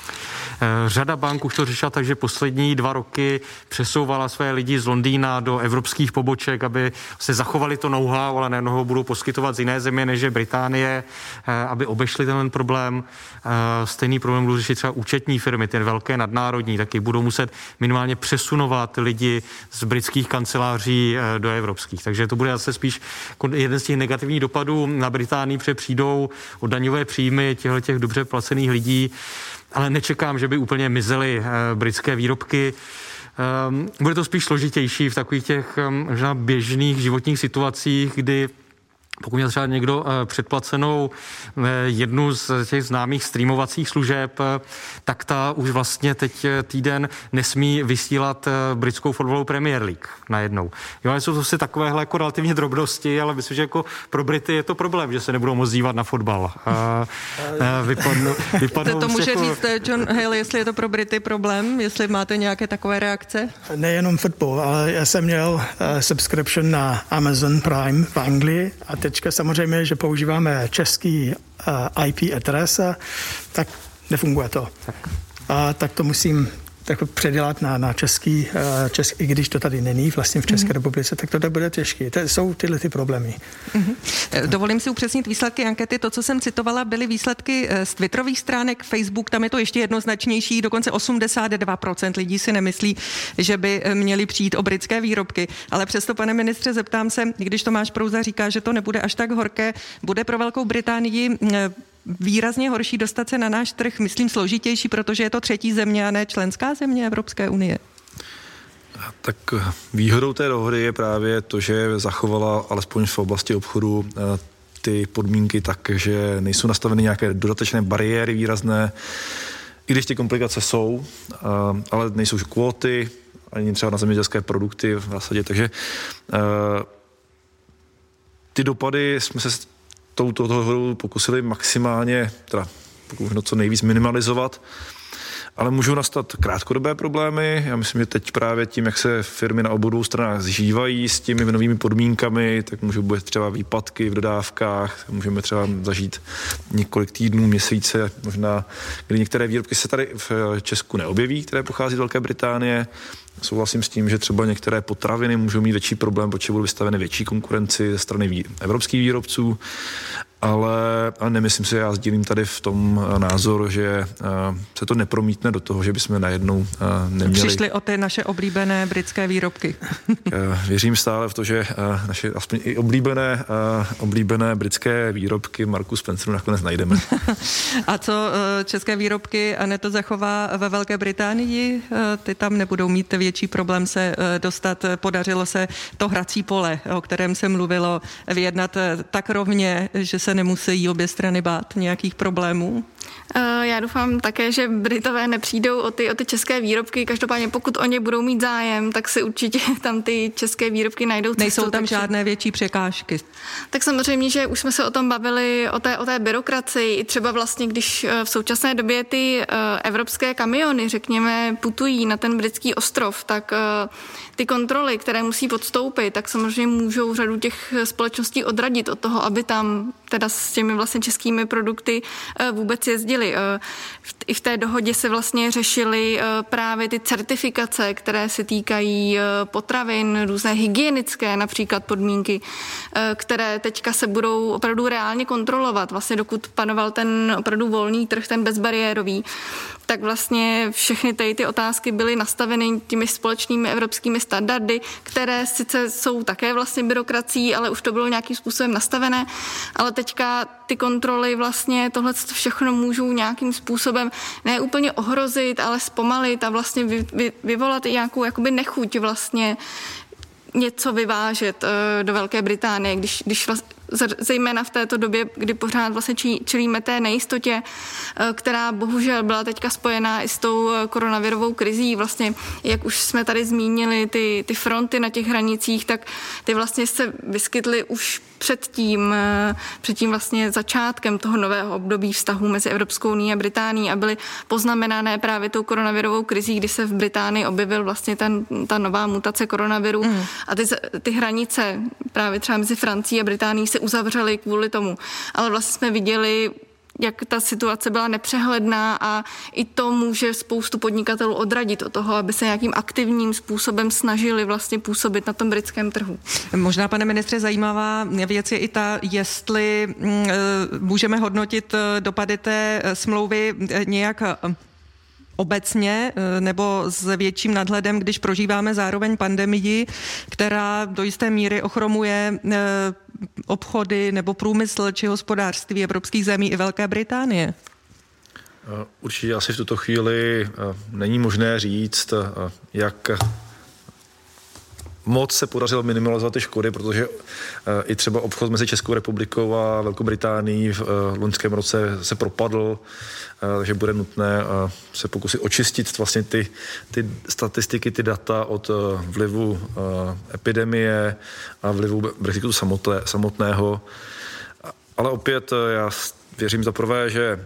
Řada bank už to řešila tak, že poslední dva roky přesouvala své lidi z Londýna do evropských poboček, aby se zachovali to know-how, ale nejenom ho budou poskytovat z jiné země, než je Británie, aby obešli ten problém. Stejný problém budou řešit třeba účetní firmy, ty velké nadnárodní, taky budou muset minimálně přesunovat lidi z britských kanceláří do evropských. Takže to bude zase spíš jeden z těch negativních dopadů na Británii, protože přijdou o daňové příjmy těch dobře placených lidí, ale nečekám, že by úplně mizely britské výrobky. Bude to spíš složitější v takových těch možná běžných životních situacích, kdy pokud měl třeba někdo předplacenou jednu z těch známých streamovacích služeb, tak ta už vlastně teď týden nesmí vysílat britskou fotbalovou Premier League najednou. Jo, ale jsou to si takovéhle jako relativně drobnosti, ale myslím, že jako pro Brity je to problém, že se nebudou moc dívat na fotbal. Vypadnou, vypadnou to může jako... říct John Hale, jestli je to pro Brity problém, jestli máte nějaké takové reakce? Nejenom fotbal, ale já jsem měl uh, subscription na Amazon Prime v Anglii a teďka samozřejmě, že používáme český uh, I P adresa, tak nefunguje to. Tak, a, tak to musím tak předělat na, na český, uh, český, i když to tady není vlastně v České mm-hmm. republice, tak to bude těžké. To jsou tyhle ty problémy. Mm-hmm. Dovolím si upřesnit výsledky ankety. To, co jsem citovala, byly výsledky z Twitterových stránek. Facebook, tam je to ještě jednoznačnější, dokonce osmdesát dva procent lidí si nemyslí, že by měli přijít o britské výrobky. Ale přesto, pane ministře, zeptám se, když Tomáš Prouza říká, že to nebude až tak horké, bude pro Velkou Británii výrazně horší dostat se na náš trh, myslím složitější, protože je to třetí země a ne členská země Evropské unie? Tak výhodou té dohody je právě to, že zachovala alespoň v oblasti obchodu ty podmínky tak, že nejsou nastaveny nějaké dodatečné bariéry výrazné, i když ty komplikace jsou, ale nejsou kvóty, ani třeba na zemědělské produkty v zásadě, takže ty dopady jsme se touto dohodou pokusili maximálně, teda pokud možno co nejvíc minimalizovat, ale můžou nastat krátkodobé problémy. Já myslím, že teď právě tím, jak se firmy na obou stranách zžívají s těmi novými podmínkami, tak můžou být třeba výpadky v dodávkách, můžeme třeba zažít několik týdnů, měsíce, možná, kdy některé výrobky se tady v Česku neobjeví, které pochází z Velké Británie. Souhlasím s tím, že třeba některé potraviny můžou mít větší problém, protože budou vystaveny větší konkurenci ze strany vý, evropských výrobců, ale, ale nemyslím si, já sdílím tady v tom názor, že uh, se to nepromítne do toho, že bychom najednou uh, neměli... Přišli o ty naše oblíbené britské výrobky. uh, věřím stále v to, že uh, naše aspoň i oblíbené, uh, oblíbené britské výrobky Marku Spenceru nakonec najdeme. A co uh, české výrobky Aneto zachová ve Velké Británii? Uh, ty tam nebudou mít větší problém se uh, dostat. Podařilo se to hrací pole, o kterém se mluvilo, vyjednat uh, tak rovně, že se nemusí obě strany bát nějakých problémů? Já doufám také, že Britové nepřijdou o ty, o ty české výrobky. Každopádně pokud oni budou mít zájem, tak si určitě tam ty české výrobky najdou cestu. Nejsou tam takže... žádné větší překážky? Tak samozřejmě, že už jsme se o tom bavili, o té, o té byrokracii. I třeba vlastně, když v současné době ty evropské kamiony, řekněme, putují na ten britský ostrov, tak ty kontroly, které musí podstoupit, tak samozřejmě můžou řadu těch společností odradit od toho, aby tam teda s těmi vlastně českými produkty vůbec jezdili. I v té dohodě se vlastně řešily právě ty certifikace, které se týkají potravin, různé hygienické například podmínky, které teďka se budou opravdu reálně kontrolovat. Vlastně dokud panoval ten opravdu volný trh, ten bezbariérový, tak vlastně všechny tady ty otázky byly nastaveny těmi společnými evropskými standardy, které sice jsou také vlastně byrokracií, ale už to bylo nějakým způsobem nastavené, ale teďka ty kontroly vlastně tohle všechno můžou nějakým způsobem ne úplně ohrozit, ale zpomalit a vlastně vy, vy, vyvolat i nějakou jakoby nechuť vlastně něco vyvážet uh, do Velké Británie, když, když vlastně zejména v této době, kdy pořád vlastně čelíme té nejistotě, která bohužel byla teďka spojená i s tou koronavirovou krizí. Vlastně, jak už jsme tady zmínili, ty, ty fronty na těch hranicích, tak ty vlastně se vyskytly už před tím, před tím vlastně začátkem toho nového období vztahů mezi Evropskou unií a Británií a byly poznamenané právě tou koronavirovou krizí, kdy se v Británii objevil vlastně ten, ta nová mutace koronaviru mm. a ty, ty hranice právě třeba mezi Francií a Británií se uzavřely kvůli tomu. Ale vlastně jsme viděli, jak ta situace byla nepřehledná a i to může spoustu podnikatelů odradit od toho, aby se nějakým aktivním způsobem snažili vlastně působit na tom britském trhu. Možná, pane ministře, zajímavá věc je i ta, jestli můžeme hodnotit dopady té smlouvy nějak obecně nebo s větším nadhledem, když prožíváme zároveň pandemii, která do jisté míry ochromuje obchody nebo průmysl či hospodářství evropských zemí i Velké Británie? Určitě asi v tuto chvíli není možné říct, jak moc se podařilo minimalizovat ty škody, protože i třeba obchod mezi Českou republikou a Velkou Británií v loňském roce se propadl, takže bude nutné se pokusit očistit vlastně ty, ty statistiky, ty data od vlivu epidemie a vlivu Brexitu samotného. Ale opět já věřím za prvé, že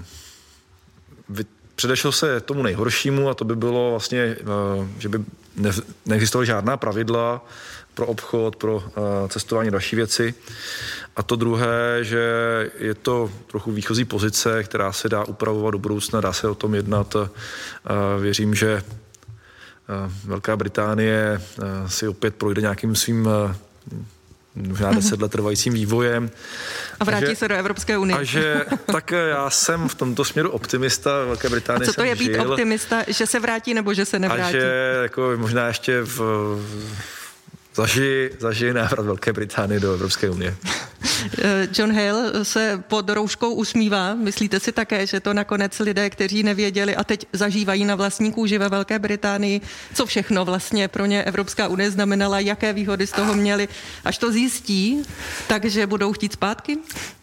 předešlo se tomu nejhoršímu a to by bylo vlastně, že by ne, neexistovaly žádná pravidla pro obchod, pro cestování, další věci. A to druhé, že je to trochu výchozí pozice, která se dá upravovat do budoucna, dá se o tom jednat. Věřím, že Velká Británie si opět projde nějakým svým možná deset let trvajícím vývojem. A vrátí a že, se do Evropské unie. A že tak já jsem v tomto směru optimista. Velké Británie. A co to je žil, být optimista, že se vrátí nebo že se nevrátí? A že jako možná ještě v, zažije, zažije návrat Velké Británie do Evropské unie. John Hale se pod rouškou usmívá. Myslíte si také, že to nakonec lidé, kteří nevěděli a teď zažívají na vlastní kůži ve Velké Británii, co všechno vlastně pro ně Evropská unie znamenala, jaké výhody z toho měli, až to zjistí, takže budou chtít zpátky?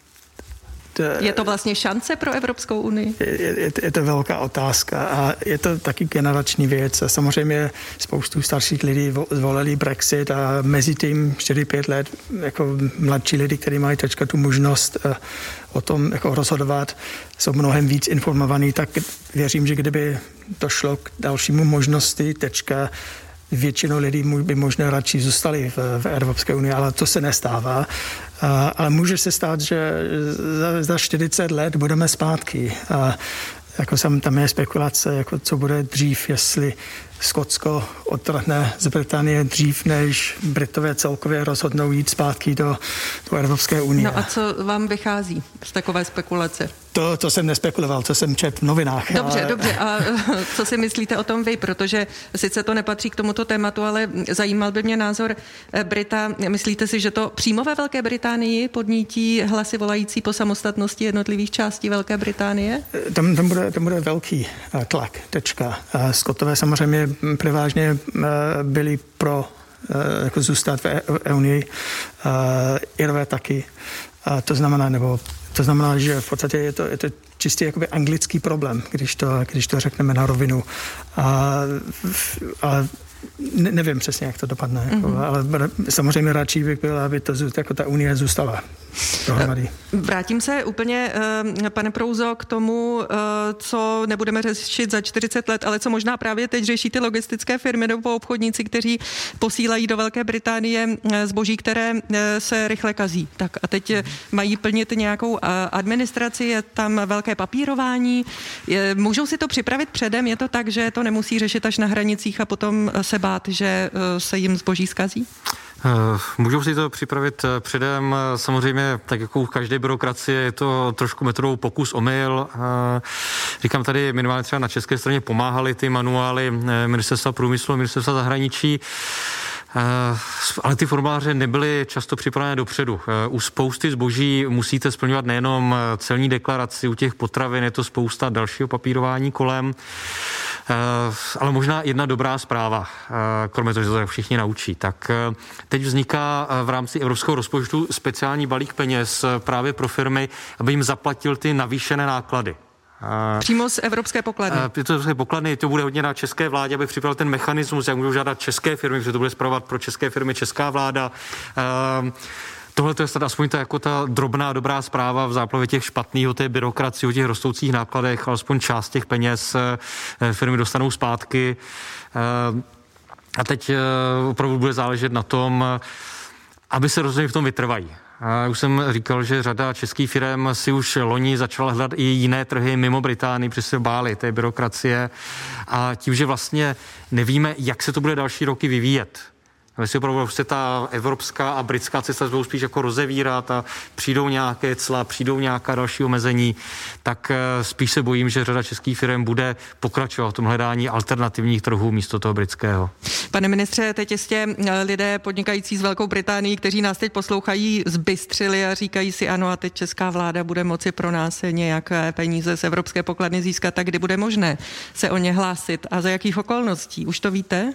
Je to vlastně šance pro Evropskou unii? Je, je, je to velká otázka a je to taky generační věc. A samozřejmě spoustu starších lidí zvolili Brexit a mezi tím čtyři pět let jako mladší lidi, kteří mají teďka tu možnost o tom jako rozhodovat, jsou mnohem víc informovaní, tak věřím, že kdyby došlo k dalšímu možnosti teďka, většinou lidí by možná radši zůstali v, v Evropské unii, ale to se nestává. A, ale může se stát, že za, za čtyřicet let budeme zpátky. A jako sam, tam je spekulace, jako co bude dřív, jestli Skotsko odtrhne z Británie dřív, než Britové celkově rozhodnou jít zpátky do, do Evropské unie. No a co vám vychází z takové spekulace? To, to jsem nespekuloval, to jsem četl v novinách. Dobře, ale... dobře. A co si myslíte o tom vy? Protože sice to nepatří k tomuto tématu, ale zajímal by mě názor Brita. Myslíte si, že to přímo ve Velké Británii podnítí hlasy volající po samostatnosti jednotlivých částí Velké Británie? Tam, tam, bude, tam bude velký tlak, tečka. Skotové samozřejmě převážně byli pro jako zůstat v Unii, Irové taky. To znamená, nebo To znamená, že v podstatě je to, je to čistě jakoby anglický problém, když to, když to řekneme na rovinu. A, a ne, nevím přesně, jak to dopadne, mm-hmm. jako, ale samozřejmě radši bych byl, aby to, jako ta unie zůstala dohromady. Vrátím se úplně, pane Prouzo, k tomu, co nebudeme řešit za čtyřicet let, ale co možná právě teď řeší ty logistické firmy nebo obchodníci, kteří posílají do Velké Británie zboží, které se rychle kazí. Tak a teď mají plnit nějakou administraci, je tam velké papírování. Můžou si to připravit předem? Je to tak, že to nemusí řešit až na hranicích a potom se bát, že se jim zboží zkazí? Můžou si to připravit předem. Samozřejmě, tak jako u každé byrokracie, je to trošku metodou pokus omyl. Říkám tady, minimálně třeba na české straně pomáhali ty manuály Ministerstva průmyslu, Ministerstva zahraničí, ale ty formuláře nebyly často připravené dopředu. U spousty zboží musíte splňovat nejenom celní deklaraci, u těch potravin je to spousta dalšího papírování kolem. Ale možná jedna dobrá zpráva, kromě toho, že to všichni naučí. Tak teď vzniká v rámci evropského rozpočtu speciální balík peněz právě pro firmy, aby jim zaplatil ty navýšené náklady. Přímo z evropské pokladny. Je to evropské pokladny, to bude hodně na české vládě, aby připravil ten mechanismus, jak můžou žádat české firmy, protože to bude spravovat pro české firmy česká vláda. Tohle to je snad aspoň ta, jako ta drobná dobrá zpráva v záplavě těch špatných, o té byrokracii, o těch rostoucích nákladech, alespoň část těch peněz firmy dostanou zpátky. A teď opravdu bude záležet na tom, aby se rozhodně v tom vytrvají. Já už jsem říkal, že řada českých firm si už loni začala hledat i jiné trhy mimo Británii, protože se báli té byrokracie. A tím, že vlastně nevíme, jak se to bude další roky vyvíjet. Myslím, opravdu prostě ta evropská a britská cesta budou spíš jako rozevírat a přijdou nějaké cla, přijdou nějaká další omezení, tak spíš se bojím, že řada českých firm bude pokračovat v tom hledání alternativních trhů místo toho britského. Pane ministře, teď jistě lidé podnikající s Velkou Británií, kteří nás teď poslouchají, zbystřili a říkají si ano, a teď česká vláda bude moci pro nás nějaké peníze z evropské pokladny získat, tak kdy bude možné se o ně hlásit a za jakých okolností? Už to víte?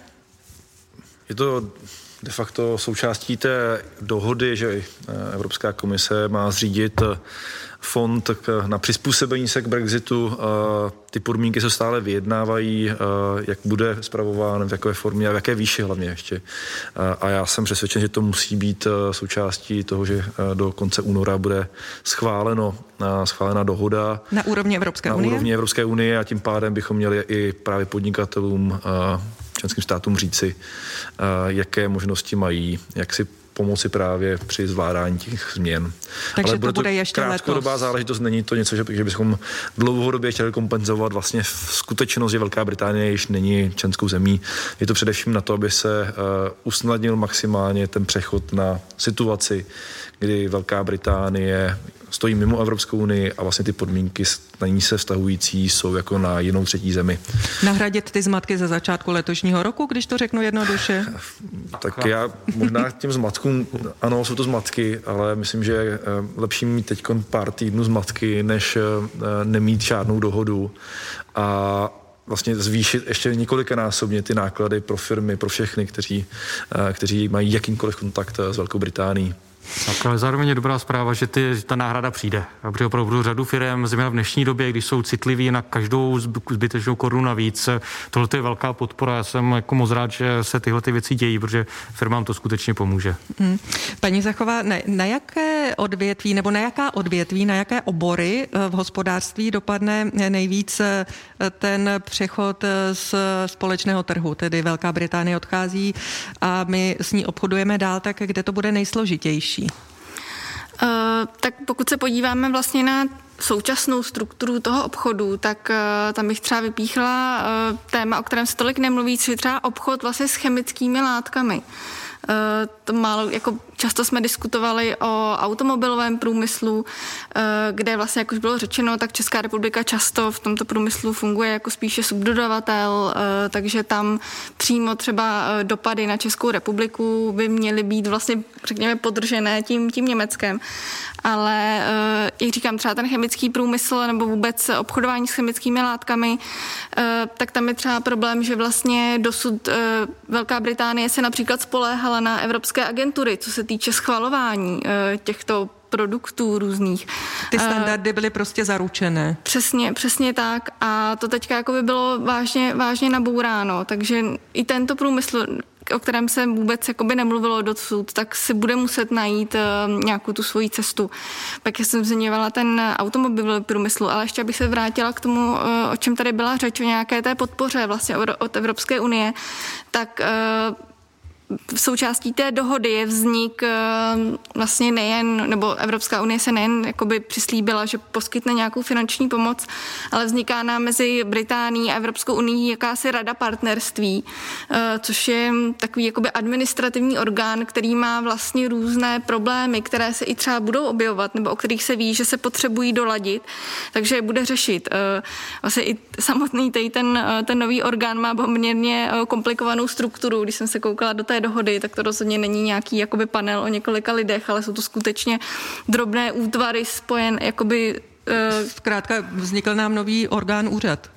Je to de facto součástí té dohody, že Evropská komise má zřídit fond na přizpůsobení se k Brexitu. Ty podmínky se stále vyjednávají, jak bude spravován, v jaké formě a v jaké výši hlavně ještě. A já jsem přesvědčen, že to musí být součástí toho, že do konce února bude schváleno, schválena dohoda. Na úrovni Evropské unie? Na úrovni Evropské unie a tím pádem bychom měli i právě podnikatelům, členským státům říci, jaké možnosti mají, jak si pomoci právě při zvládání těch změn. Takže ale to bude bude to ještě krátkodobá záležitost, není to něco, že, že bychom dlouhodobě chtěli kompenzovat vlastně v skutečnost, že Velká Británie již není členskou zemí. Je to především na to, aby se uh, usnadnil maximálně ten přechod na situaci, kdy Velká Británie stojí mimo Evropskou unii a vlastně ty podmínky na ní se vztahující jsou jako na jinou třetí zemi. Nahradit ty zmatky ze začátku letošního roku, když to řeknu jednoduše? Tak já možná těm zmatkům, ano, jsou to zmatky, ale myslím, že je lepší mít teď pár týdnů zmatky, než nemít žádnou dohodu a vlastně zvýšit ještě několikanásobně ty náklady pro firmy, pro všechny, kteří, kteří mají jakýmkoliv kontakt s Velkou Británií. Tak, ale zároveň je dobrá zpráva, že ty, ta náhrada přijde. Protože opravdu řadu firem, zejména v dnešní době, když jsou citliví na každou zbytečnou korunu navíc, tohle je velká podpora. Já jsem jako moc rád, že se tyhle ty věci dějí, protože firmám to skutečně pomůže. Hmm. Paní Zachová, na, na jaké odvětví nebo na jaká odvětví, na jaké obory v hospodářství dopadne nejvíc ten přechod z společného trhu, tedy Velká Británie odchází a my s ní obchodujeme dál, tak kde to bude nejsložitější? Uh, tak pokud se podíváme vlastně na současnou strukturu toho obchodu, tak uh, tam bych třeba vypíchla uh, téma, o kterém se tolik nemluví, což je třeba obchod vlastně s chemickými látkami. Uh, to málo, jako často jsme diskutovali o automobilovém průmyslu, uh, kde vlastně, jak už bylo řečeno, tak Česká republika často v tomto průmyslu funguje jako spíše subdodavatel, uh, takže tam přímo třeba uh, dopady na Českou republiku by měly být vlastně, řekněme, podržené tím, tím Německem. Ale, uh, jak říkám, třeba ten chemický průmysl nebo vůbec obchodování s chemickými látkami, uh, tak tam je třeba problém, že vlastně dosud uh, Velká Británie se například spoléhala na evropské agentury, co se týče schvalování uh, těchto produktů různých. Ty standardy byly prostě zaručené. Přesně, přesně tak a to teďka jako by bylo vážně, vážně nabouráno, takže i tento průmysl, o kterém se vůbec jakoby nemluvilo dosud, tak si bude muset najít uh, nějakou tu svoji cestu. Pak jsem zmiňovala ten automobilový průmysl, ale ještě bych se vrátila k tomu, uh, o čem tady byla řeč, o nějaké té podpoře vlastně od Evropské unie, tak uh, v součástí té dohody je vznik vlastně nejen, nebo Evropská unie se nejen jakoby přislíbila, že poskytne nějakou finanční pomoc, ale vzniká nám mezi Británií a Evropskou unií jakási rada partnerství, což je takový jakoby administrativní orgán, který má vlastně různé problémy, které se i třeba budou objevovat, nebo o kterých se ví, že se potřebují doladit, takže je bude řešit. Vlastně i samotný ten, ten nový orgán má poměrně komplikovanou strukturu, když jsem se koukala do té dohody, tak to rozhodně není nějaký jakoby panel o několika lidech, ale jsou to skutečně drobné útvary spojen jakoby... Zkrátka vznikl nám nový orgán úřad.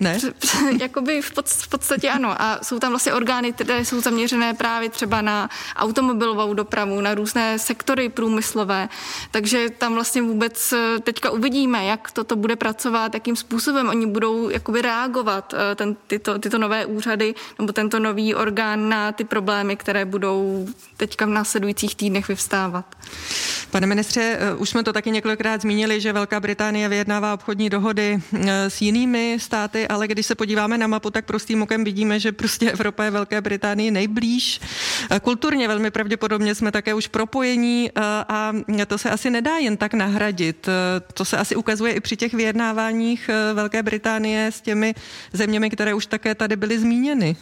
Ne? Jakoby v, pod, v podstatě ano. A jsou tam vlastně orgány, které jsou zaměřené právě třeba na automobilovou dopravu, na různé sektory průmyslové. Takže tam vlastně vůbec teďka uvidíme, jak toto bude pracovat, jakým způsobem oni budou jakoby reagovat, ten, tyto, tyto nové úřady nebo tento nový orgán na ty problémy, které budou teďka v následujících týdnech vyvstávat. Pane ministře, už jsme to taky několikrát zmínili, že Velká Británie vyjednává obchodní dohody s jinými státy, ale když se podíváme na mapu, tak prostým okem vidíme, že prostě Evropa je Velké Británii nejblíž. Kulturně velmi pravděpodobně jsme také už propojení a to se asi nedá jen tak nahradit. To se asi ukazuje i při těch vyjednáváních Velké Británie s těmi zeměmi, které už také tady byly zmíněny.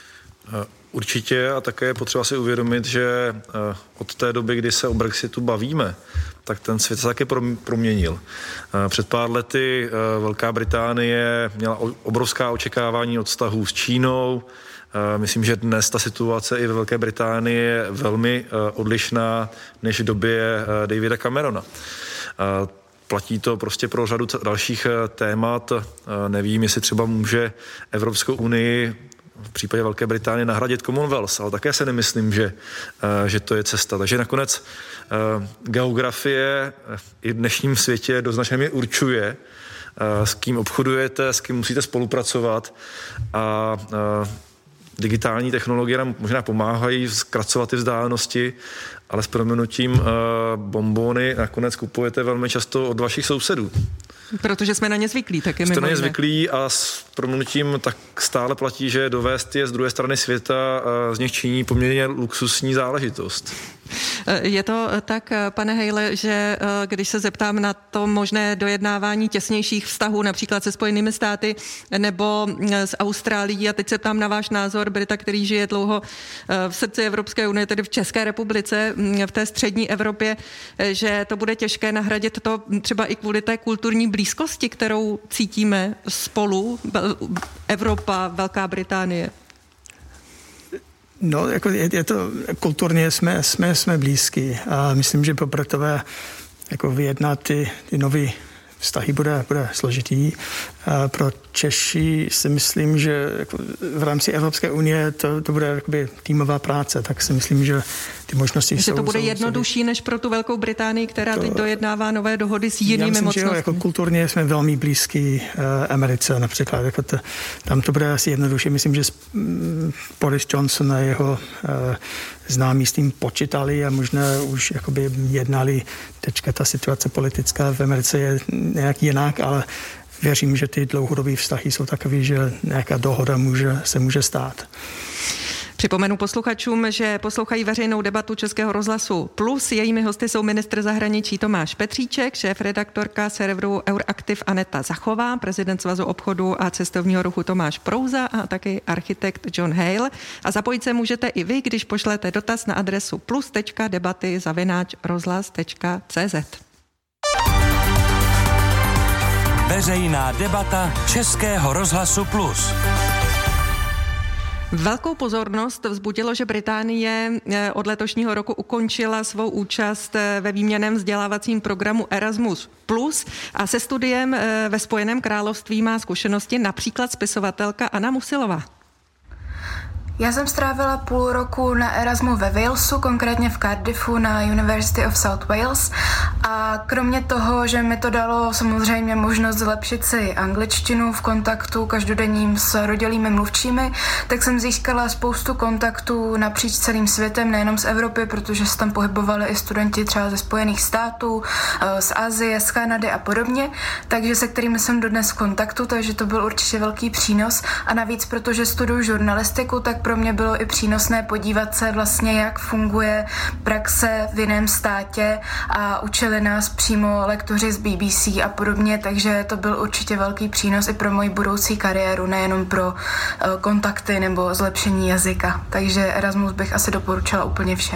Určitě a také je potřeba si uvědomit, že od té doby, kdy se o Brexitu bavíme, tak ten svět se také proměnil. Před pár lety Velká Británie měla obrovská očekávání od vztahů s Čínou. Myslím, že dnes ta situace i ve Velké Británii je velmi odlišná než v době Davida Camerona. Platí to prostě pro řadu dalších témat. Nevím, jestli třeba může Evropskou unii v případě Velké Británie nahradit Commonwealth, ale také se nemyslím, že, že to je cesta. Takže nakonec geografie i v dnešním světě do značné míry určuje, s kým obchodujete, s kým musíte spolupracovat a digitální technologie nám možná pomáhají zkracovat ty vzdálenosti, ale s prominutím bombóny nakonec kupujete velmi často od vašich sousedů. Protože jsme na ně zvyklí taky. Jste na ně zvyklí a s prominutím tak stále platí, že dovést je z druhé strany světa z nich činí poměrně luxusní záležitost. Je to tak, pane Hale, že když se zeptám na to možné dojednávání těsnějších vztahů, například se Spojenými státy nebo s Austrálií, a teď se ptám na váš názor, Brita, který žije dlouho v srdci Evropské unie, tedy v České republice, v té střední Evropě, že to bude těžké nahradit to třeba i kvůli té kulturní blízkosti, kterou cítíme spolu, Evropa, Velká Británie. No, jako je, je to, kulturně jsme, jsme, jsme blízký a myslím, že pro Britové jako vyjednat ty, ty nové vztahy bude, bude složitý. A pro Češi si myslím, že jako v rámci Evropské unie to, to bude jakoby týmová práce, tak si myslím, že ty možnosti že jsou... Že to bude jsou, jednodušší jsou, než pro tu Velkou Británii, která to, teď dojednává nové dohody s jinými myslím, mocnostmi. Že jo, jako kulturně jsme velmi blízký uh, Americe například. Jako to, tam to bude asi jednodušší. Myslím, že um, Boris Johnson a jeho uh, známí s tím počítali a možná už jakoby jednali. Teďka ta situace politická v Americe je nějak jinak, ale věřím, že ty dlouhodobé vztahy jsou takové, že nějaká dohoda může, se může stát. Připomenu posluchačům, že poslouchají veřejnou debatu Českého rozhlasu Plus. Jejími hosty jsou ministr zahraničí Tomáš Petříček, šéfredaktorka serveru Euraktiv Aneta Zachová, prezident Svazu obchodu a cestovního ruchu Tomáš Prouza a taky architekt John Hale. A zapojit se můžete i vy, když pošlete dotaz na adresu plus tečka debaty zavináč rozhlas tečka cé zet. Veřejná debata Českého rozhlasu Plus. Velkou pozornost vzbudilo, že Británie od letošního roku ukončila svou účast ve výměnném vzdělávacím programu Erasmus plus a se studiem ve Spojeném království má zkušenosti například spisovatelka Anna Musilová. Já jsem strávila půl roku na Erasmu ve Walesu, konkrétně v Cardiffu na University of South Wales a kromě toho, že mi to dalo samozřejmě možnost zlepšit si angličtinu v kontaktu každodenním s rodilými mluvčími, tak jsem získala spoustu kontaktů napříč celým světem, nejenom z Evropy, protože se tam pohybovali i studenti třeba ze Spojených států, z Asie, z Kanady a podobně, takže se kterými jsem dodnes v kontaktu, takže to byl určitě velký přínos a navíc, protože studuju žurnalistiku, tak pro mě bylo i přínosné podívat se vlastně, jak funguje praxe v jiném státě a učili nás přímo lektoři z B B C a podobně, takže to byl určitě velký přínos i pro moji budoucí kariéru, nejenom pro kontakty nebo zlepšení jazyka. Takže Erasmus bych asi doporučila úplně všem.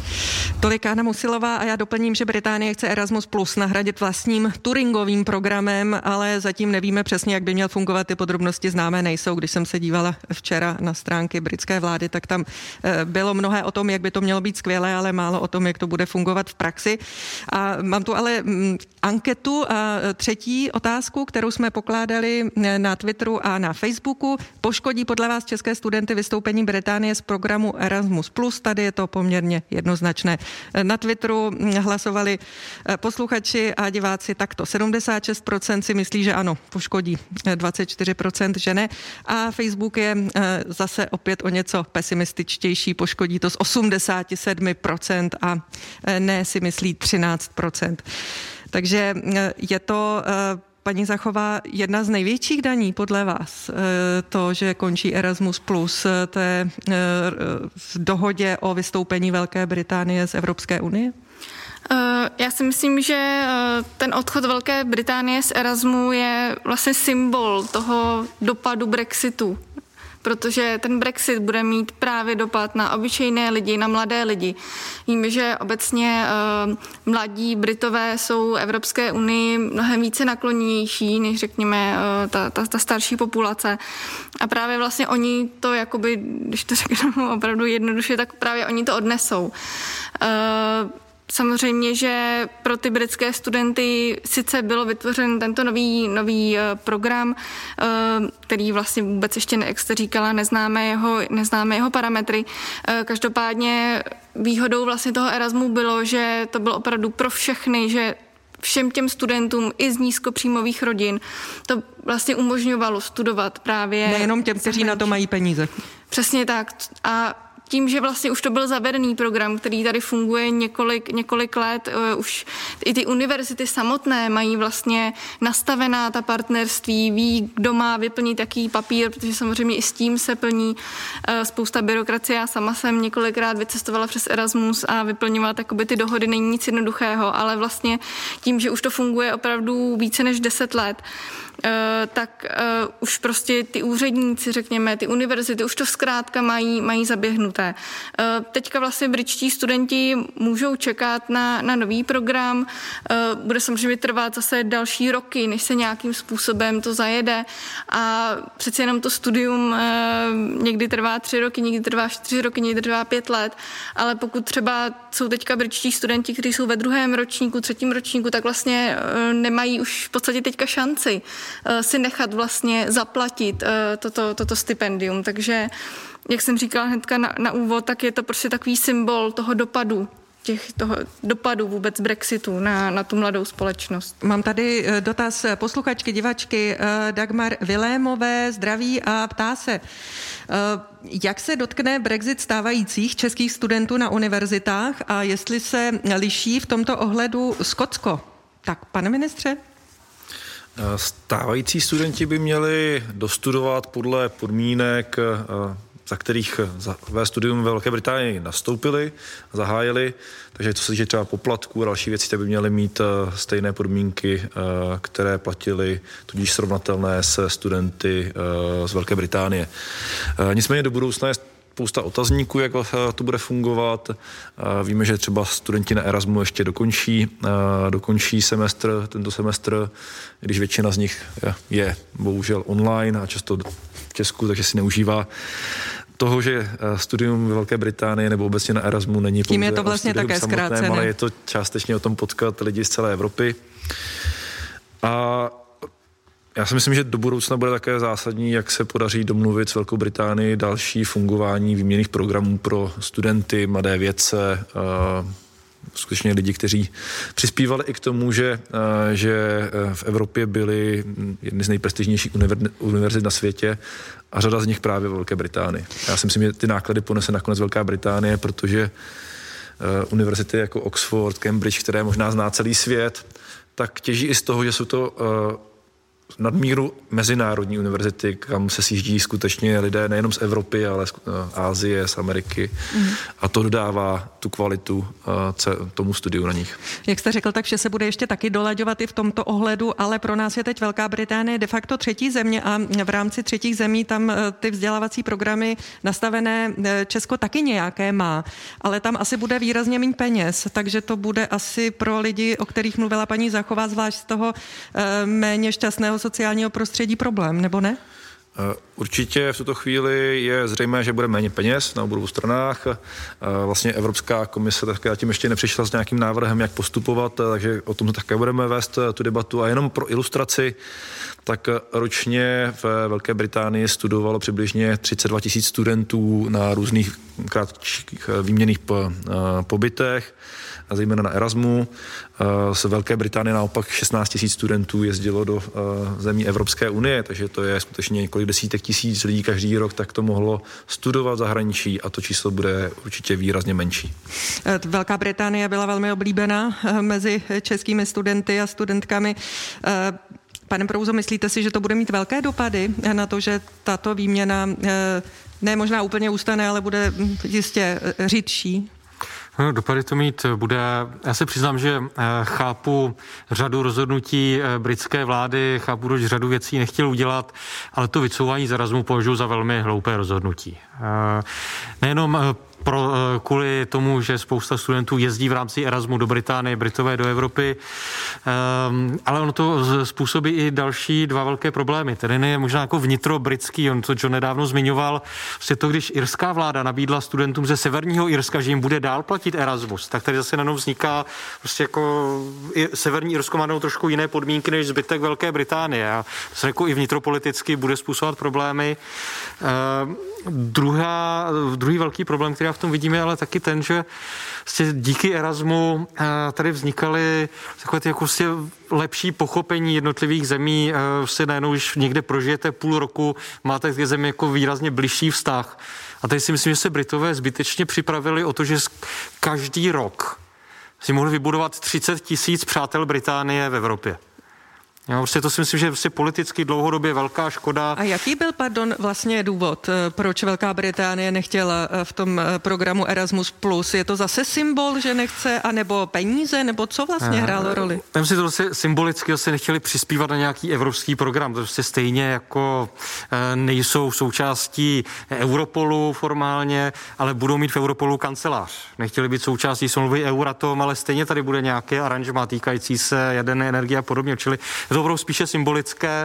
Tolik Anna Musilová a já doplním, že Británie chce Erasmus Plus nahradit vlastním Turingovým programem, ale zatím nevíme přesně, jak by měl fungovat. Ty podrobnosti známé nejsou. Když jsem se dívala včera na stránky britské vlády, tak tam bylo mnohé o tom, jak by to mělo být skvělé, ale málo o tom, jak to bude fungovat v praxi. A mám tu ale anketu a třetí otázku, kterou jsme pokládali na Twitteru a na Facebooku. Poškodí podle vás české studenty vystoupení Británie z programu Erasmus Plus? Tady je to poměrně jednoznačné. Na Twitteru hlasovali posluchači a diváci takto. sedmdesát šest procent si myslí, že ano, poškodí, dvacet čtyři procent že ne. A Facebook je zase opět o něco pesimističtější, poškodí to z osmdesát sedm procent a ne si myslí třináct procent. Takže je to, paní Zachová, jedna z největších daní podle vás, to, že končí Erasmus Plus, té v dohodě o vystoupení Velké Británie z Evropské unie? Já si myslím, že ten odchod Velké Británie z Erasmu je vlastně symbol toho dopadu Brexitu. Protože ten Brexit bude mít právě dopad na obyčejné lidi, na mladé lidi. Víme, že obecně uh, mladí Britové jsou Evropské unii mnohem více naklonější, než řekněme uh, ta, ta, ta starší populace. A právě vlastně oni to, jakoby, když to řeknu opravdu jednoduše, tak právě oni to odnesou. Uh, Samozřejmě, že pro ty britské studenty sice bylo vytvořen tento nový, nový program, který vlastně vůbec ještě, jak jste říkala, neznáme jeho, neznáme jeho parametry. Každopádně výhodou vlastně toho Erasmu bylo, že to bylo opravdu pro všechny, že všem těm studentům i z nízkopříjmových rodin to vlastně umožňovalo studovat právě... Nejenom těm, kteří na to mají peníze. Přesně tak. A tím, že vlastně už to byl zavedený program, který tady funguje několik, několik let, uh, už i ty univerzity samotné mají vlastně nastavená ta partnerství, ví, kdo má vyplnit jaký papír, protože samozřejmě i s tím se plní uh, spousta byrokracie. Já sama jsem několikrát vycestovala přes Erasmus a vyplňovat jakoby ty dohody není nic jednoduchého, ale vlastně tím, že už to funguje opravdu více než deset let, Uh, tak uh, už prostě ty úředníci, řekněme, ty univerzity už to zkrátka mají, mají zaběhnuté. Uh, teďka vlastně britští studenti můžou čekat na, na nový program, uh, bude samozřejmě trvat zase další roky, než se nějakým způsobem to zajede a přeci jenom to studium uh, někdy trvá tři roky, někdy trvá čtyři roky, někdy trvá pět let, ale pokud třeba jsou teďka britští studenti, kteří jsou ve druhém ročníku, třetím ročníku, tak vlastně uh, nemají už v podstatě teďka šanci si nechat vlastně zaplatit toto, toto stipendium. Takže, jak jsem říkala hnedka na, na úvod, tak je to prostě takový symbol toho dopadu, těch, toho dopadu vůbec Brexitu na, na tu mladou společnost. Mám tady dotaz posluchačky, divačky Dagmar Vilémové, zdraví a ptá se, jak se dotkne Brexit stávajících českých studentů na univerzitách a jestli se liší v tomto ohledu Skotsko. Tak, pane ministře? Stávající studenti by měli dostudovat podle podmínek, za kterých ve studium ve Velké Británii nastoupili, zahájili, takže to se týče třeba poplatků a další věci, tak by měly mít stejné podmínky, které platily, tudíž srovnatelné se studenty z Velké Británie. Nicméně do budoucna je spousta otazníků, jak to bude fungovat. Víme, že třeba studenti na Erasmu ještě dokončí, dokončí semestr, tento semestr, když většina z nich je bohužel online a často v Česku, takže si neužívá toho, že studium ve Velké Británii nebo obecně na Erasmu není pouze tím je to vlastně také zkrácené, ale je to částečně o tom potkat lidi z celé Evropy. A já si myslím, že do budoucna bude také zásadní, jak se podaří domluvit s Velkou Británii další fungování výměnných programů pro studenty, mladé vědce, skutečně lidi, kteří přispívali i k tomu, že, že v Evropě byly jedny z nejprestižnějších univerzit na světě a řada z nich právě ve Velké Británii. Já si myslím, že ty náklady ponese nakonec Velká Británie, protože univerzity jako Oxford, Cambridge, které možná zná celý svět, tak těží i z toho, že jsou to nadmíru mezinárodní univerzity, kam se sjíždí skutečně lidé nejenom z Evropy, ale z Asie, z Ameriky. Mm. A to dodává tu kvalitu tomu studiu na nich. Jak jste řekl, tak vše se bude ještě taky dolaďovat i v tomto ohledu, ale pro nás je teď Velká Británie de facto třetí země a v rámci třetích zemí tam ty vzdělávací programy nastavené Česko taky nějaké má, ale tam asi bude výrazně méně peněz, takže to bude asi pro lidi, o kterých mluvila paní Zachová, zvlášť z toho méně šťastného sociálního prostředí problém, nebo ne? Určitě v tuto chvíli je zřejmé, že bude méně peněz na obou stranách. Vlastně Evropská komise tak zatím ještě nepřišla s nějakým návrhem, jak postupovat, takže o tom také budeme vést tu debatu. A jenom pro ilustraci, tak ročně v Velké Británii studovalo přibližně třicet dva tisíc studentů na různých krátkých výměnných pobytech, a zejména na Erasmu. Z Velké Británie naopak šestnáct tisíc studentů jezdilo do zemí Evropské unie, takže to je skutečně několik desítek tisíc lidí každý rok, tak to mohlo studovat v zahraničí a to číslo bude určitě výrazně menší. Velká Británie byla velmi oblíbená mezi českými studenty a studentkami. Pane Prouzo, myslíte si, že to bude mít velké dopady na to, že tato výměna ne možná úplně ustane, ale bude jistě řidší? No, dopady to mít bude. Já se přiznám, že chápu řadu rozhodnutí britské vlády, chápu, že řadu věcí nechtěl udělat, ale to vycouvání z Erasmu považuji za velmi hloupé rozhodnutí. Nejenom pro, kvůli tomu, že spousta studentů jezdí v rámci Erasmu do Británie, Britové do Evropy, um, ale ono to způsobí i další dva velké problémy. Ten je možná jako vnitrobritský, on to John nedávno zmiňoval, prostě to, když irská vláda nabídla studentům ze severního Irska, že jim bude dál platit Erasmus, tak tady zase najednou vzniká prostě jako severní Irsko má trošku jiné podmínky než zbytek Velké Británie a to jako i vnitropoliticky bude způsobovat problémy. Uh, druhá, druhý velký problém, který v tom vidíme, je ale taky ten, že vlastně díky Erasmu tady vznikaly takové ty jako lepší pochopení jednotlivých zemí. Vlastně najednou, když někde prožijete půl roku, máte k zemi jako výrazně bližší vztah. A tady si myslím, že se Britové zbytečně připravili o to, že každý rok si mohli vybudovat třicet tisíc přátel Británie v Evropě. Jo, prostě to si myslím, že je prostě politicky dlouhodobě velká škoda. A jaký byl, pardon, vlastně důvod, proč Velká Británie nechtěla v tom programu Erasmus plus? Je to zase symbol, že nechce, anebo peníze, nebo co vlastně hrálo roli? Tam si to zase symbolicky zase nechtěli přispívat na nějaký evropský program. To prostě stejně jako nejsou součástí Europolu formálně, ale budou mít v Europolu kancelář. Nechtěli být součástí smlouvy Euratom, ale stejně tady bude nějaké aranžmá týkající se jaderné energie a podobně. Čili je to opravdu spíše symbolické.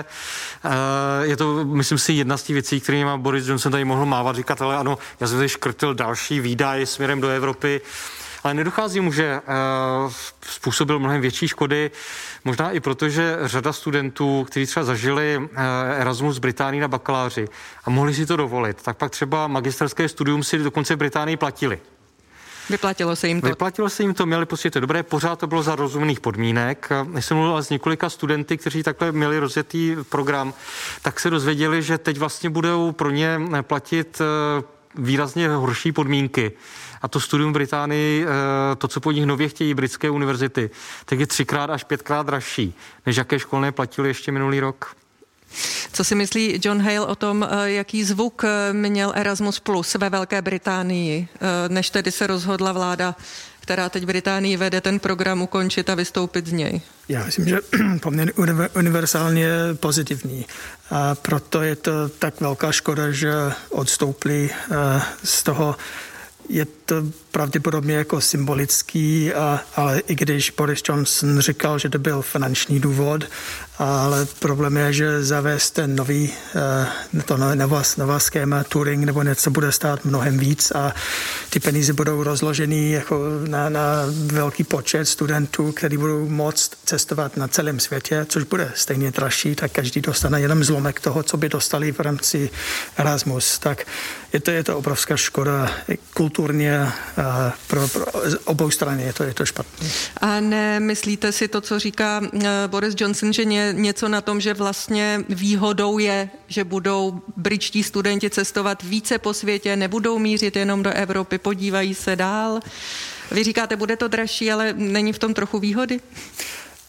Je to, myslím si, jedna z těch věcí, kterými má Boris Johnson tady mohl mávat, říkat, ale ano, já jsem tady škrtil další výdaj směrem do Evropy, ale nedochází mu, že způsobil mnohem větší škody, možná i proto, že řada studentů, kteří třeba zažili Erasmus v Británii na bakaláři a mohli si to dovolit, tak pak třeba magisterské studium si dokonce v Británii platili. Vyplatilo se jim to? Vyplatilo se jim to, měli pocit, to dobré, pořád to bylo za rozumných podmínek. Když jsem mluvil s několika studenty, kteří takhle měli rozjetý program, tak se dozvěděli, že teď vlastně budou pro ně platit výrazně horší podmínky. A to studium v Británii, to, co po nich nově chtějí britské univerzity, tak je třikrát až pětkrát dražší, než jaké školné platili ještě minulý rok. Co si myslí John Hale o tom, jaký zvuk měl Erasmus plus ve Velké Británii, než tedy se rozhodla vláda, která teď Británii vede, ten program ukončit a vystoupit z něj? Já myslím, že poměrně univerzálně pozitivní. A proto je to tak velká škoda, že odstoupili z toho. Je to pravděpodobně jako symbolický, a, ale i když Boris Johnson říkal, že to byl finanční důvod, ale problém je, že zavést ten nový, to nová, nová schéma Turing nebo něco bude stát mnohem víc a ty peníze budou rozložený jako na, na velký počet studentů, kteří budou moct cestovat na celém světě, což bude stejně dražší, tak každý dostane jenom zlomek toho, co by dostali v rámci Erasmus. Tak je to, je to obrovská škoda kulturně pro, pro obou strany, je to, je to špatné. A nemyslíte si to, co říká Boris Johnson, že ně, něco na tom, že vlastně výhodou je, že budou britští studenti cestovat více po světě, nebudou mířit jenom do Evropy, podívají se dál? Vy říkáte, bude to dražší, ale není v tom trochu výhody?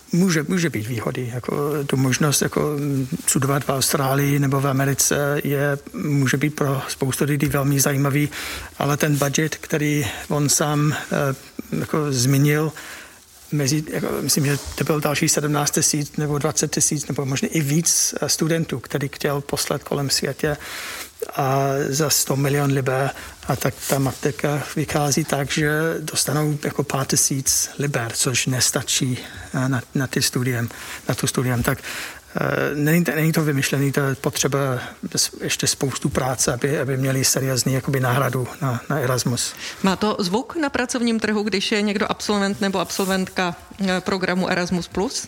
může, může být výhody. Jako tu možnost jako studovat v Austrálii nebo v Americe je, může být pro spoustu lidí velmi zajímavý, ale ten budget, který on sám jako zmínil, mezi, jako, myslím, že to bylo další sedmnáct tisíc nebo dvacet tisíc nebo možná i víc studentů, který chtěl poslat kolem světě a za sto milion liber, a tak ta matematika vychází tak, že dostanou jako pár tisíc liber, což nestačí na, na, ty studiem, na tu studiem. Tak Není to, není to vymyšlený, to je potřeba ještě spoustu práce, aby, aby měli seriózní jakoby náhradu na, na Erasmus. Má to zvuk na pracovním trhu, když je někdo absolvent nebo absolventka programu Erasmus plus?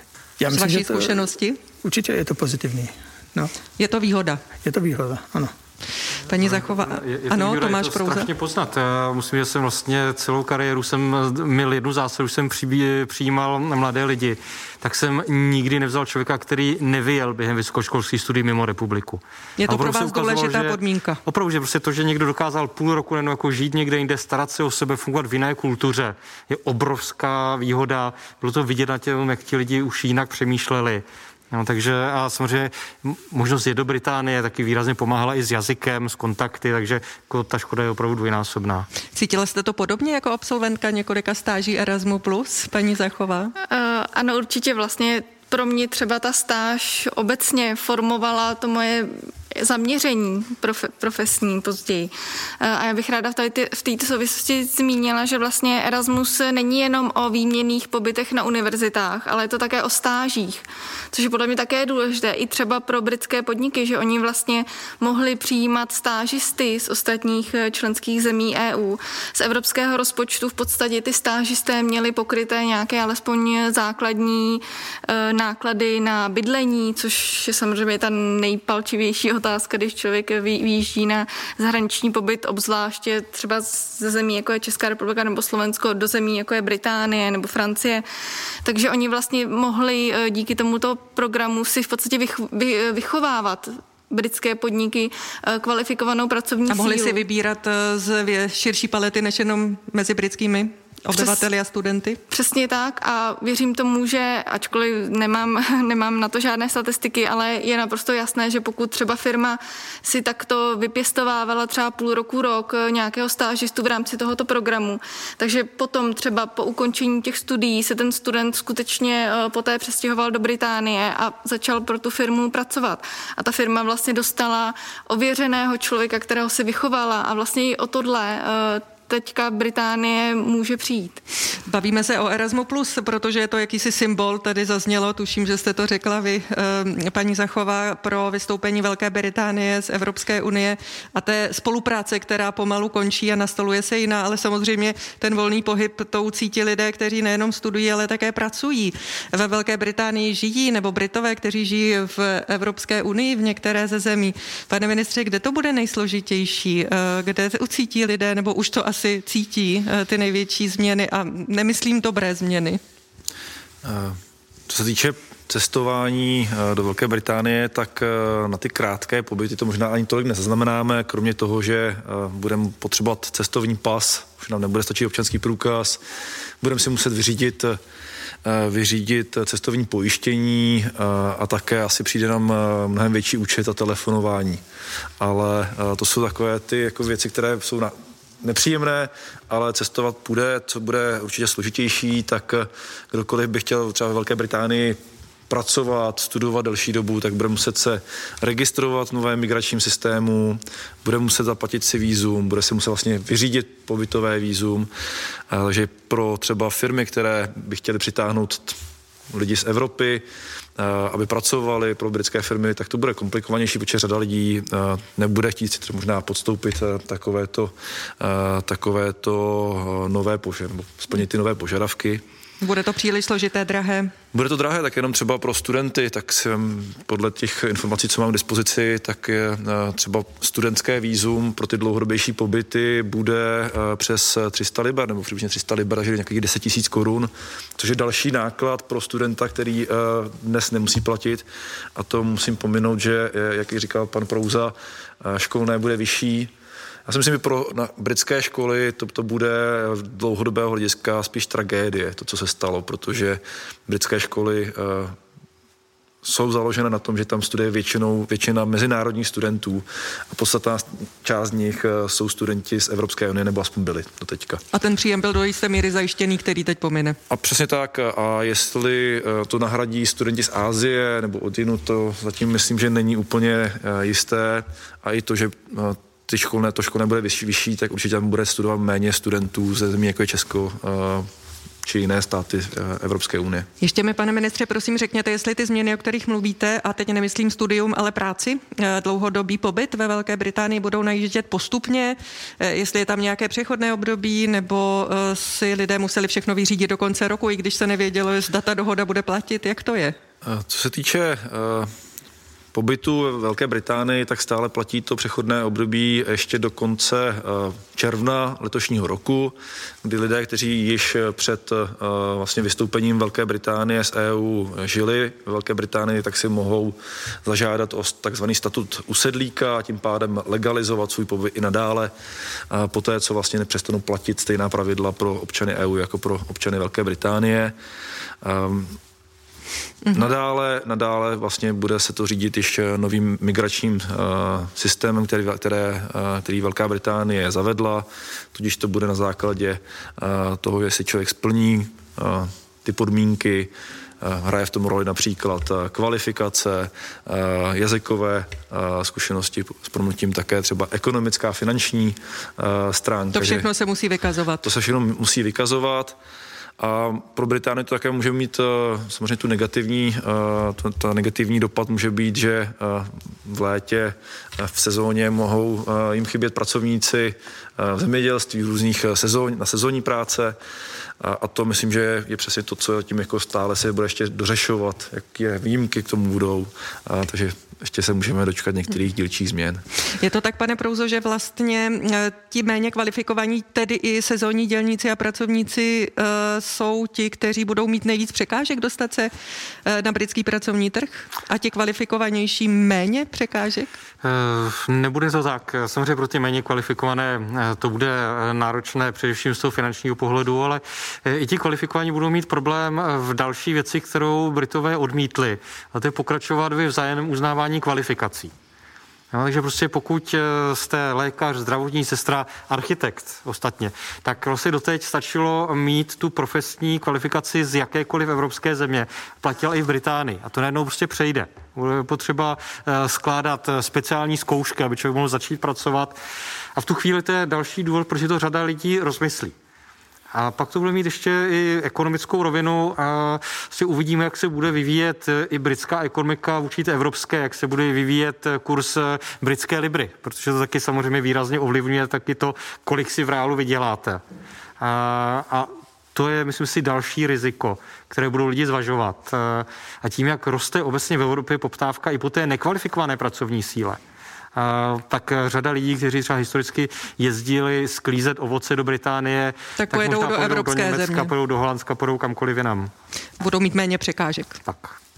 Já myslím, z vaší že to, zkušenosti? Určitě je to pozitivní. No. Je to výhoda? Je to výhoda, ano. Paní Zachová, je, je ano, výhoda, Tomáš je to Prouza. strašně poznat. Já musím, že jsem vlastně celou kariéru jsem měl jednu zásadu, jsem přibí, přijímal mladé lidi, tak jsem nikdy nevzal člověka, který nevyjel během vysokoškolských studií mimo republiku. Je to pro vás důležitá podmínka? Opravdu, že prostě to, že někdo dokázal půl roku nebo jako žít někde jinde, starat se o sebe, fungovat v jiné kultuře, je obrovská výhoda. Bylo to vidět na těm, jak ti lidi už jinak přemýšleli. No, takže a samozřejmě možnost jet do Británie taky výrazně pomáhala i s jazykem, s kontakty, takže jako ta škoda je opravdu dvojnásobná. Cítila jste to podobně jako absolventka několika stáží Erasmus plus, paní Zachová? Uh, ano, určitě vlastně pro mě třeba ta stáž obecně formovala to moje zaměření profe, profesní později. A já bych ráda v, tady, v této souvislosti zmínila, že vlastně Erasmus není jenom o výměnných pobytech na univerzitách, ale je to také o stážích, což je podle mě také důležité i třeba pro britské podniky, že oni vlastně mohli přijímat stážisty z ostatních členských zemí E U. Z evropského rozpočtu v podstatě ty stážisté měli pokryté nějaké alespoň základní e, náklady na bydlení, což je samozřejmě ta nejpalčivější otázka, když člověk vyjíždí na zahraniční pobyt, obzvláště třeba ze zemí, jako je Česká republika nebo Slovensko, do zemí, jako je Británie nebo Francie. Takže oni vlastně mohli díky tomuto programu si v podstatě vychovávat britské podniky kvalifikovanou pracovní sílu. A mohli si vybírat z širší palety než jenom mezi britskými obyvateli a studenty? Přesně tak a věřím tomu, že ačkoliv nemám, nemám na to žádné statistiky, ale je naprosto jasné, že pokud třeba firma si takto vypěstovávala třeba půl roku, rok nějakého stážistu v rámci tohoto programu, takže potom třeba po ukončení těch studií se ten student skutečně poté přestěhoval do Británie a začal pro tu firmu pracovat. A ta firma vlastně dostala ověřeného člověka, kterého si vychovala a vlastně i o tohle teďka Británie může přijít. Bavíme se o Erasmus plus, protože je to jakýsi symbol, tady zaznělo, tuším, že jste to řekla vy, paní Zachová, pro vystoupení Velké Británie z Evropské unie a té spolupráce, která pomalu končí a nastoluje se jiná, ale samozřejmě ten volný pohyb to ucítí lidé, kteří nejenom studují, ale také pracují. Ve Velké Británii žijí, nebo Britové, kteří žijí v Evropské unii, v některé ze zemí. Pane ministře, kde to bude nejsložitější? Kde ucítí lidé, nebo už to asi si cítí ty největší změny a nemyslím dobré změny? Co se týče cestování do Velké Británie, tak na ty krátké pobyty to možná ani tolik nezaznamenáme, kromě toho, že budeme potřebovat cestovní pas, už nám nebude stačit občanský průkaz, budeme si muset vyřídit vyřídit cestovní pojištění a také asi přijde nám mnohem větší účet a telefonování. Ale to jsou takové ty jako věci, které jsou na nepříjemné, ale cestovat půjde, co bude určitě složitější, tak kdokoliv by chtěl třeba ve Velké Británii pracovat, studovat delší dobu, tak bude muset se registrovat v novém migračním systému, bude muset zaplatit si vízum, bude si muset vlastně vyřídit pobytové vízum, takže pro třeba firmy, které by chtěly přitáhnout lidi z Evropy, aby pracovali pro britské firmy, tak to bude komplikovanější, protože řada lidí nebude chtít si možná podstoupit takovéto, takovéto nové požadavky, nebo splnit ty nové požadavky. Bude to příliš složité, drahé? Bude to drahé, tak jenom třeba pro studenty, tak jsem, podle těch informací, co mám k dispozici, tak je třeba studentské vízum pro ty dlouhodobější pobyty bude přes tři sta liber, nebo přibližně tři sta liber, takže nějakých deset tisíc korun, což je další náklad pro studenta, který dnes nemusí platit. A to musím pominout, že, jak říkal pan Prouza, školné bude vyšší, Já si myslím, že pro na britské školy to, to bude dlouhodobého hlediska spíš tragédie, to, co se stalo, protože britské školy uh, jsou založené na tom, že tam studuje většinou, většina mezinárodních studentů a podstatná část z nich jsou studenti z Evropské unie, nebo aspoň byli do teďka. A ten příjem byl do jisté míry zajištěný, který teď pomine. A přesně tak. A jestli to nahradí studenti z Asie nebo odjinud, to zatím myslím, že není úplně jisté. A i to, že ty školné, to školné bude vyšší, vyšší, tak určitě tam bude studovat méně studentů ze zemí, jako je Česko, či jiné státy Evropské unie. Ještě mi, pane ministře, prosím řekněte, jestli ty změny, o kterých mluvíte, a teď nemyslím studium, ale práci, dlouhodobý pobyt ve Velké Británii budou najíždět postupně, jestli je tam nějaké přechodné období, nebo si lidé museli všechno vyřídit do konce roku, i když se nevědělo, jestli ta dohoda bude platit, jak to je? Co se týče pobytu ve Velké Británii, tak stále platí to přechodné období ještě do konce června letošního roku, kdy lidé, kteří již před vlastně vystoupením Velké Británie z E U žili ve Velké Británii, tak si mohou zažádat o takzvaný statut usedlíka a tím pádem legalizovat svůj pobyt i nadále, poté, co vlastně nepřestanou platit stejná pravidla pro občany E U jako pro občany Velké Británie. Mm-hmm. Nadále, nadále vlastně bude se to řídit ještě novým migračním uh, systémem, který, které, uh, který Velká Británie zavedla, tudíž to bude na základě uh, toho, jestli člověk splní uh, ty podmínky, uh, hraje v tom roli například uh, kvalifikace, uh, jazykové uh, zkušenosti, s proměnutím také třeba ekonomická, finanční uh, stránka. To všechno se musí vykazovat. To se všechno musí vykazovat. A pro Británii to také může mít samozřejmě tu negativní, ta, ta negativní dopad může být, že v létě v sezóně mohou jim chybět pracovníci v zemědělství, v různých sezón, na sezónní práce. A, a to myslím, že je přesně to, co tím jako stále se bude ještě dořešovat, jaké výjimky k tomu budou. A, takže ještě se můžeme dočkat některých dílčích změn. Je to tak, pane Prouzo, že vlastně ti méně kvalifikovaní, tedy i sezónní dělníci a pracovníci uh, jsou ti, kteří budou mít nejvíc překážek dostat se uh, na britský pracovní trh a ti kvalifikovanější méně překážek? Uh, nebude to tak. Samozřejmě pro ty méně kvalifikované uh, to bude náročné především z toho finančního pohledu, ale uh, i ti kvalifikovaní budou mít problém v další věci, kterou Britové odmítli. A to je pokračovat ve vzájemném uznávání kvalifikací. No, takže prostě pokud jste lékař, zdravotní sestra, architekt ostatně, tak vlastně doteď stačilo mít tu profesní kvalifikaci z jakékoliv evropské země. Platila i v Británii a to najednou prostě přejde. Bude potřeba skládat speciální zkoušky, aby člověk mohl začít pracovat a v tu chvíli to je další důvod, protože to řada lidí rozmyslí. A pak to bude mít ještě i ekonomickou rovinu a si uvidíme, jak se bude vyvíjet i britská ekonomika vůči té evropské, jak se bude vyvíjet kurz britské libry, protože to taky samozřejmě výrazně ovlivňuje taky to, kolik si v reálu vyděláte. A, a to je, myslím si, další riziko, které budou lidi zvažovat. A tím, jak roste obecně v Evropě poptávka i po té nekvalifikované pracovní síle, Uh, tak řada lidí, kteří třeba historicky jezdili sklízet ovoce do Británie, tak, tak pojedou do evropské do Německa, země. pojedou do Holandska, pojedou kamkoliv jinam. Budou mít méně překážek. Tak.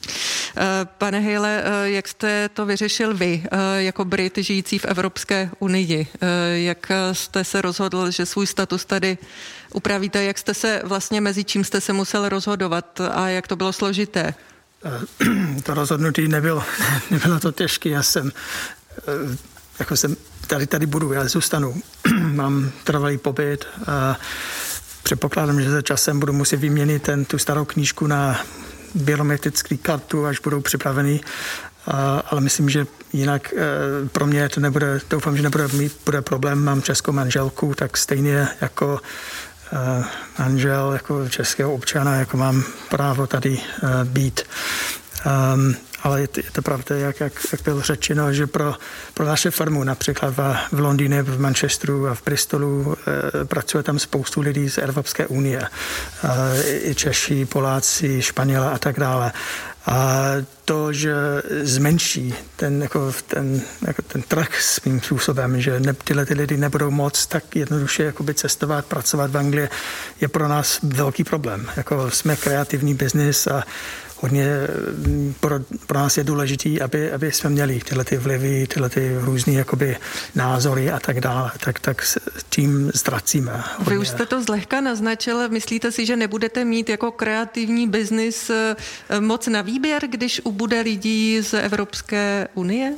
Pane Hale, jak jste to vyřešil vy, jako Brit žijící v Evropské unii? Jak jste se rozhodl, že svůj status tady upravíte? Jak jste se vlastně, mezi čím jste se musel rozhodovat a jak to bylo složité? To rozhodnutí nebylo, nebylo to těžké. Já jsem jako jsem tady, tady budu, já zůstanu. Mám trvalý pobyt a předpokládám, že za časem budu muset vyměnit ten, tu starou knížku na biometrický kartu, až budou připravený. A, ale myslím, že jinak e, pro mě to nebude, doufám, že nebude mít bude problém. Mám českou manželku, tak stejně jako e, manžel, jako českého občana, jako mám právo tady e, být. Um, ale je to, je to pravda, jak, jak, jak bylo řečeno, že pro, pro naše firmu, například v, v Londýně, v Manchesteru a v Bristolu, e, pracuje tam spoustu lidí z Evropské unie. E, I Češi, Poláci, Španěla a tak dále. A to, že zmenší ten, jako, ten, jako ten trh svým způsobem, že ne, tyhle ty lidi nebudou moc tak jednoduše jakoby cestovat, pracovat v Anglii, je pro nás velký problém. Jako jsme kreativní biznis a hodně pro, pro nás je důležitý, aby, aby jsme měli tyhle ty vlivy, tyhle ty různé jakoby názory a tak dále, tak, tak s tím ztracíme. Vy už jste to zlehka naznačil, myslíte si, že nebudete mít jako kreativní biznis moc na výběr, když ubude lidí z Evropské unie?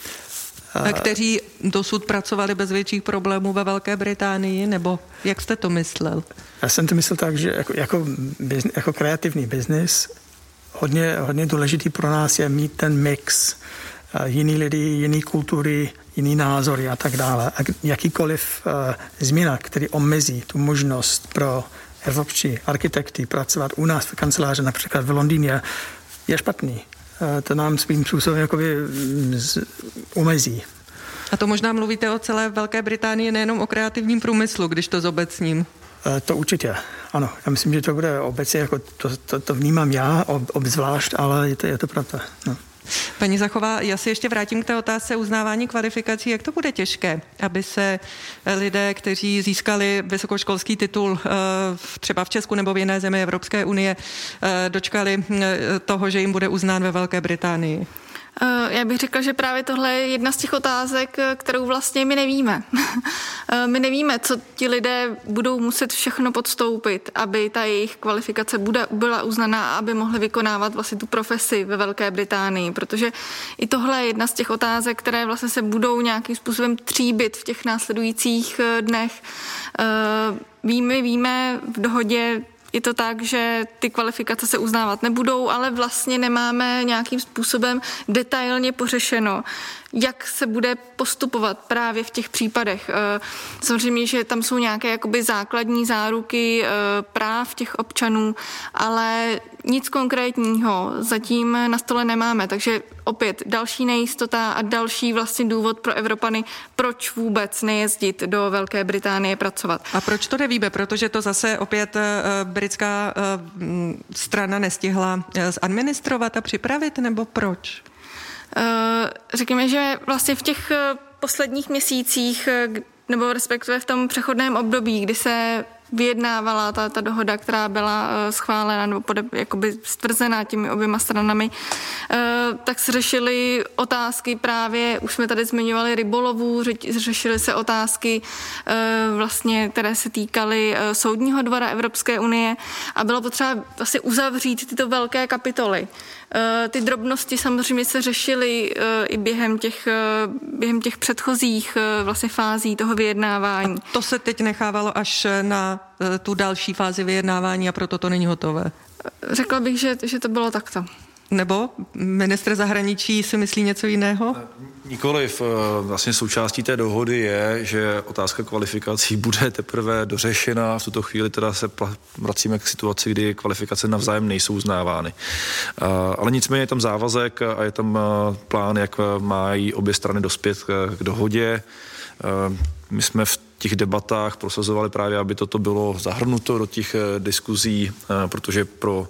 Kteří dosud pracovali bez větších problémů ve Velké Británii, nebo jak jste to myslel? Já jsem to myslel tak, že jako, jako, biznes, jako kreativní biznis hodně, hodně důležitý pro nás je mít ten mix jiný lidi, jiný kultury, jiný názory a tak dále. A jakýkoliv uh, změna, který omezí tu možnost pro evropští architekty pracovat u nás v kanceláři, například v Londýně, je špatný. To nám svým způsobem jakoby omezí. A to možná mluvíte o celé Velké Británii, nejenom o kreativním průmyslu, když to zobecním. To určitě, ano. Já myslím, že to bude obecně, jako to, to, to vnímám já ob, obzvlášť, ale je to, je to pravda. No. Paní Zachová, já si ještě vrátím k té otázce uznávání kvalifikací. Jak to bude těžké, aby se lidé, kteří získali vysokoškolský titul třeba v Česku nebo v jiné zemi Evropské unie, dočkali toho, že jim bude uznán ve Velké Británii? Já bych řekla, že právě tohle je jedna z těch otázek, kterou vlastně my nevíme. My nevíme, co ti lidé budou muset všechno podstoupit, aby ta jejich kvalifikace bude, byla uznaná a aby mohli vykonávat vlastně tu profesi ve Velké Británii, protože i tohle je jedna z těch otázek, které vlastně se budou nějakým způsobem tříbit v těch následujících dnech. Víme, víme v dohodě, je to tak, že ty kvalifikace se uznávat nebudou, ale vlastně nemáme nějakým způsobem detailně pořešeno, jak se bude postupovat právě v těch případech. Samozřejmě, že tam jsou nějaké jakoby základní záruky práv těch občanů, ale nic konkrétního zatím na stole nemáme, takže opět další nejistota a další vlastně důvod pro Evropany, proč vůbec nejezdit do Velké Británie pracovat. A proč to nevíme? Protože to zase opět britská strana nestihla zadministrovat a připravit, nebo proč? Řekněme, že vlastně v těch posledních měsících, nebo respektive v tom přechodném období, kdy se vyjednávala ta, ta dohoda, která byla schválena nebo pode, jakoby stvrzená těmi oběma stranami, tak se řešily otázky právě, už jsme tady zmiňovali rybolovu, řešily se otázky vlastně, které se týkaly Soudního dvora Evropské unie a bylo potřeba vlastně uzavřít tyto velké kapitoly. Ty drobnosti samozřejmě se řešily i během těch, během těch předchozích vlastně fází toho vyjednávání. A to se teď nechávalo až na tu další fázi vyjednávání a proto to není hotové? Řekla bych, že, že to bylo takto. Nebo ministr zahraničí si myslí něco jiného? Nikoliv. Vlastně součástí té dohody je, že otázka kvalifikací bude teprve dořešena. V tuto chvíli teda se vracíme k situaci, kdy kvalifikace navzájem nejsou uznávány. Ale nicméně je tam závazek a je tam plán, jak mají obě strany dospět k dohodě. My jsme v těch debatách prosazovali právě, aby toto bylo zahrnuto do těch diskuzí, protože pro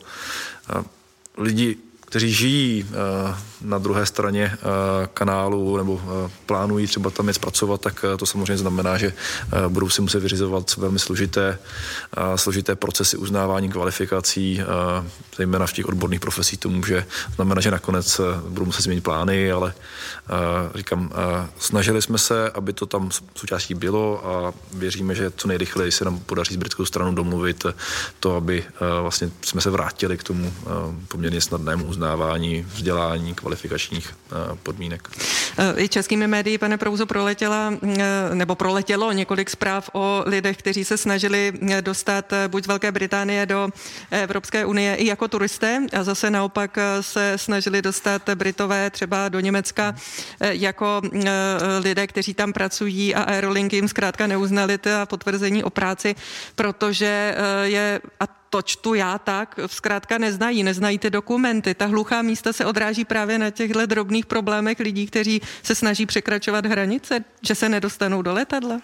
lidi, kteří žijí na druhé straně kanálu nebo plánují třeba tam je zpracovat, tak to samozřejmě znamená, že budou si muset vyřizovat velmi složité, složité procesy uznávání kvalifikací, zejména v těch odborných profesích to může znamenat, že nakonec budou muset změnit plány, ale říkám, snažili jsme se, aby to tam součástí bylo a věříme, že co nejrychleji se nám podaří s britskou stranou domluvit to, aby vlastně jsme se vrátili k tomu poměrně snadnému uznávání vzdělání, kvalifikačních podmínek. I českými médii, pane Prouzo, proletěla, nebo proletělo několik zpráv o lidech, kteří se snažili dostat buď z Velké Británie do Evropské unie i jako turisté a zase naopak se snažili dostat Britové třeba do Německa jako lidé, kteří tam pracují a aerolinky jim zkrátka neuznali ta potvrzení o práci, protože je, a to čtu já tak, zkrátka neznají, neznají ty dokumenty. Ta hluchá místa se odráží právě na těchto drobných problémech lidí, kteří se snaží překračovat hranice, že se nedostanou do letadla.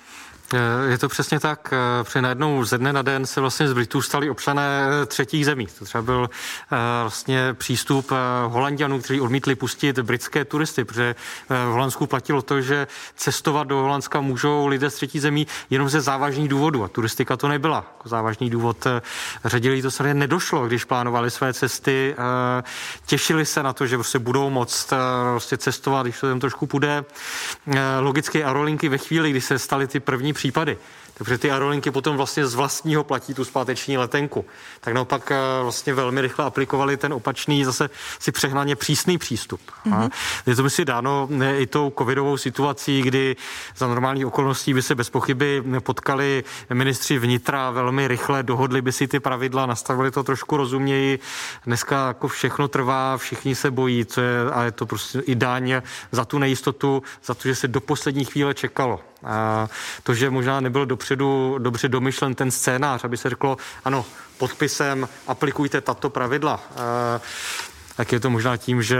Je to přesně tak. Při najednou ze dne na den se vlastně z Britů stali občané třetích zemí. To třeba byl vlastně přístup Holanďanů, kteří odmítli pustit britské turisty, protože v Holandsku platilo to, že cestovat do Holandska můžou lidé z třetích zemí jenom ze závažných důvodů. A turistika to nebyla jako závažný důvod. Ředili to samozřejmě nedošlo, když plánovali své cesty. Těšili se na to, že prostě budou moct prostě cestovat, když to tam trošku půjde. Logicky aerolinky ve chvíli, kdy se staly ty první případy, takže ty aerolinky potom vlastně z vlastního platí tu zpáteční letenku. Tak naopak vlastně velmi rychle aplikovali ten opačný, zase si přehnaně přísný přístup. Mm-hmm. Je to myslím dáno i tou covidovou situací, kdy za normálních okolností by se bez pochyby potkali ministři vnitra velmi rychle, dohodli by si ty pravidla, nastavili to trošku rozuměji. Dneska jako všechno trvá, všichni se bojí, co je, a je to prostě i daň za tu nejistotu, za to, že se do poslední chvíle čekalo. A to, že možná nebyl dopředu dobře domyšlen ten scénář, aby se řeklo, ano, podpisem aplikujte tato pravidla. A tak je to možná tím, že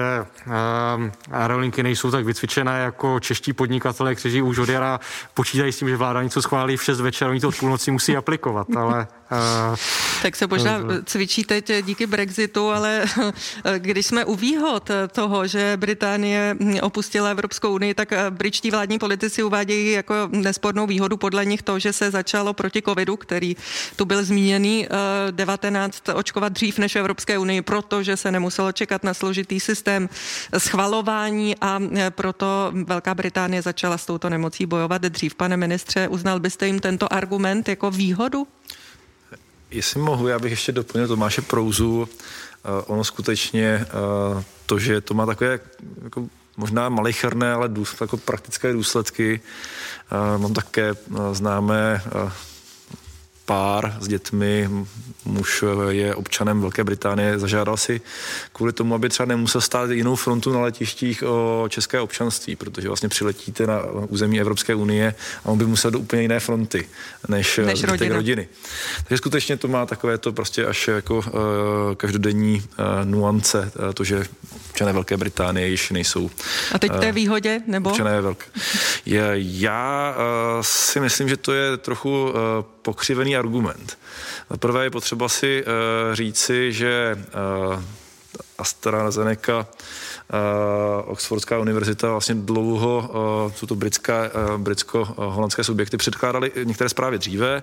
aerolinky nejsou tak vycvičené jako čeští podnikatelé, kteří už od jara počítají s tím, že vláda něco schválí v šest večer, oni to od půlnoci musí aplikovat, ale... Uh, tak se možná cvičí teď díky Brexitu, ale když jsme u výhod toho, že Británie opustila Evropskou unii, tak britští vládní politici uvádějí jako nespornou výhodu podle nich to, že se začalo proti covidu, který tu byl zmíněný, devatenáct očkovat dřív než v Evropské unii, protože se nemuselo čekat na složitý systém schvalování a proto Velká Británie začala s touto nemocí bojovat dřív. Pane ministře, uznal byste jim tento argument jako výhodu? Jestli mohu, já bych ještě doplnil Tomáše Prouzu. Uh, ono skutečně uh, to, že to má takové jako možná malicherné, ale důs, jako praktické důsledky. Uh, mám také uh, známé uh, pár s dětmi, muž je občanem Velké Británie, zažádal si kvůli tomu, aby třeba nemusel stát jinou frontu na letištích o české občanství, protože vlastně přiletíte na území Evropské unie a on by musel do úplně jiné fronty, než, než rodina. rodiny. Takže skutečně to má takové to prostě až jako uh, každodenní uh, nuance, uh, to, že občané Velké Británie již nejsou. A teď v té výhodě, nebo? Občané Velké. Je, já uh, si myslím, že to je trochu uh, pokřivený argument. Za prvé je potřeba si uh, říci, že uh, AstraZeneca, uh, Oxfordská univerzita vlastně dlouho, uh, jsou to britská, uh, britsko-holandské subjekty, předkládali některé zprávy dříve.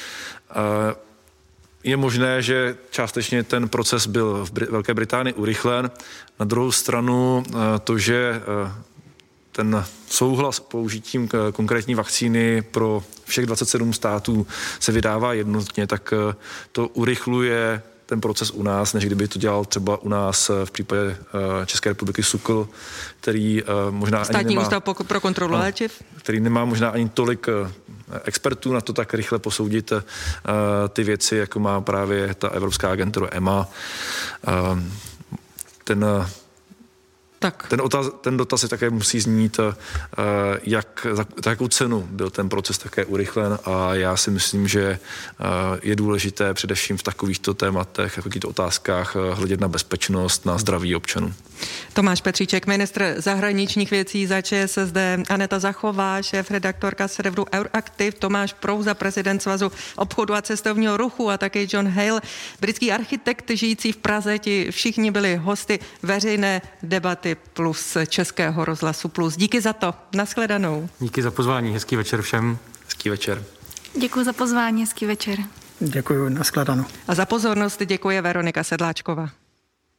Uh, je možné, že částečně ten proces byl v Br- Velké Británii urychlen. Na druhou stranu uh, to, že uh, ten souhlas s použitím konkrétní vakcíny pro všech dvacet sedm států se vydává jednotně, tak to urychluje ten proces u nás, než kdyby to dělal třeba u nás v případě České republiky SÚKL, který možná Státní ani nemá... ústav pro kontrolu no, léčiv. Který nemá možná ani tolik expertů na to tak rychle posoudit uh, ty věci, jako má právě ta Evropská agentura E M A. Uh, ten Tak. Ten, otaz, ten dotaz je také musí znít, jak, za, za jakou cenu byl ten proces také urychlen, a já si myslím, že je důležité především v takovýchto tématech, v takovýchto otázkách hledět na bezpečnost, na zdraví občanů. Tomáš Petříček, ministr zahraničních věcí za ČSSD, Aneta Zachová, šéf-redaktorka serveru Euraktiv, Tomáš Prouza, prezident Svazu obchodu a cestovního ruchu, a také John Hale, britský architekt žijící v Praze. Ti všichni byli hosty veřejné debaty plus Českého rozhlasu plus. Díky za to. Nashledanou. Díky za pozvání. Hezký večer všem. Hezký večer. Děkuji za pozvání. Hezký večer. Děkuji. Nashledanou. A za pozornost děkuje Veronika Sedláčková.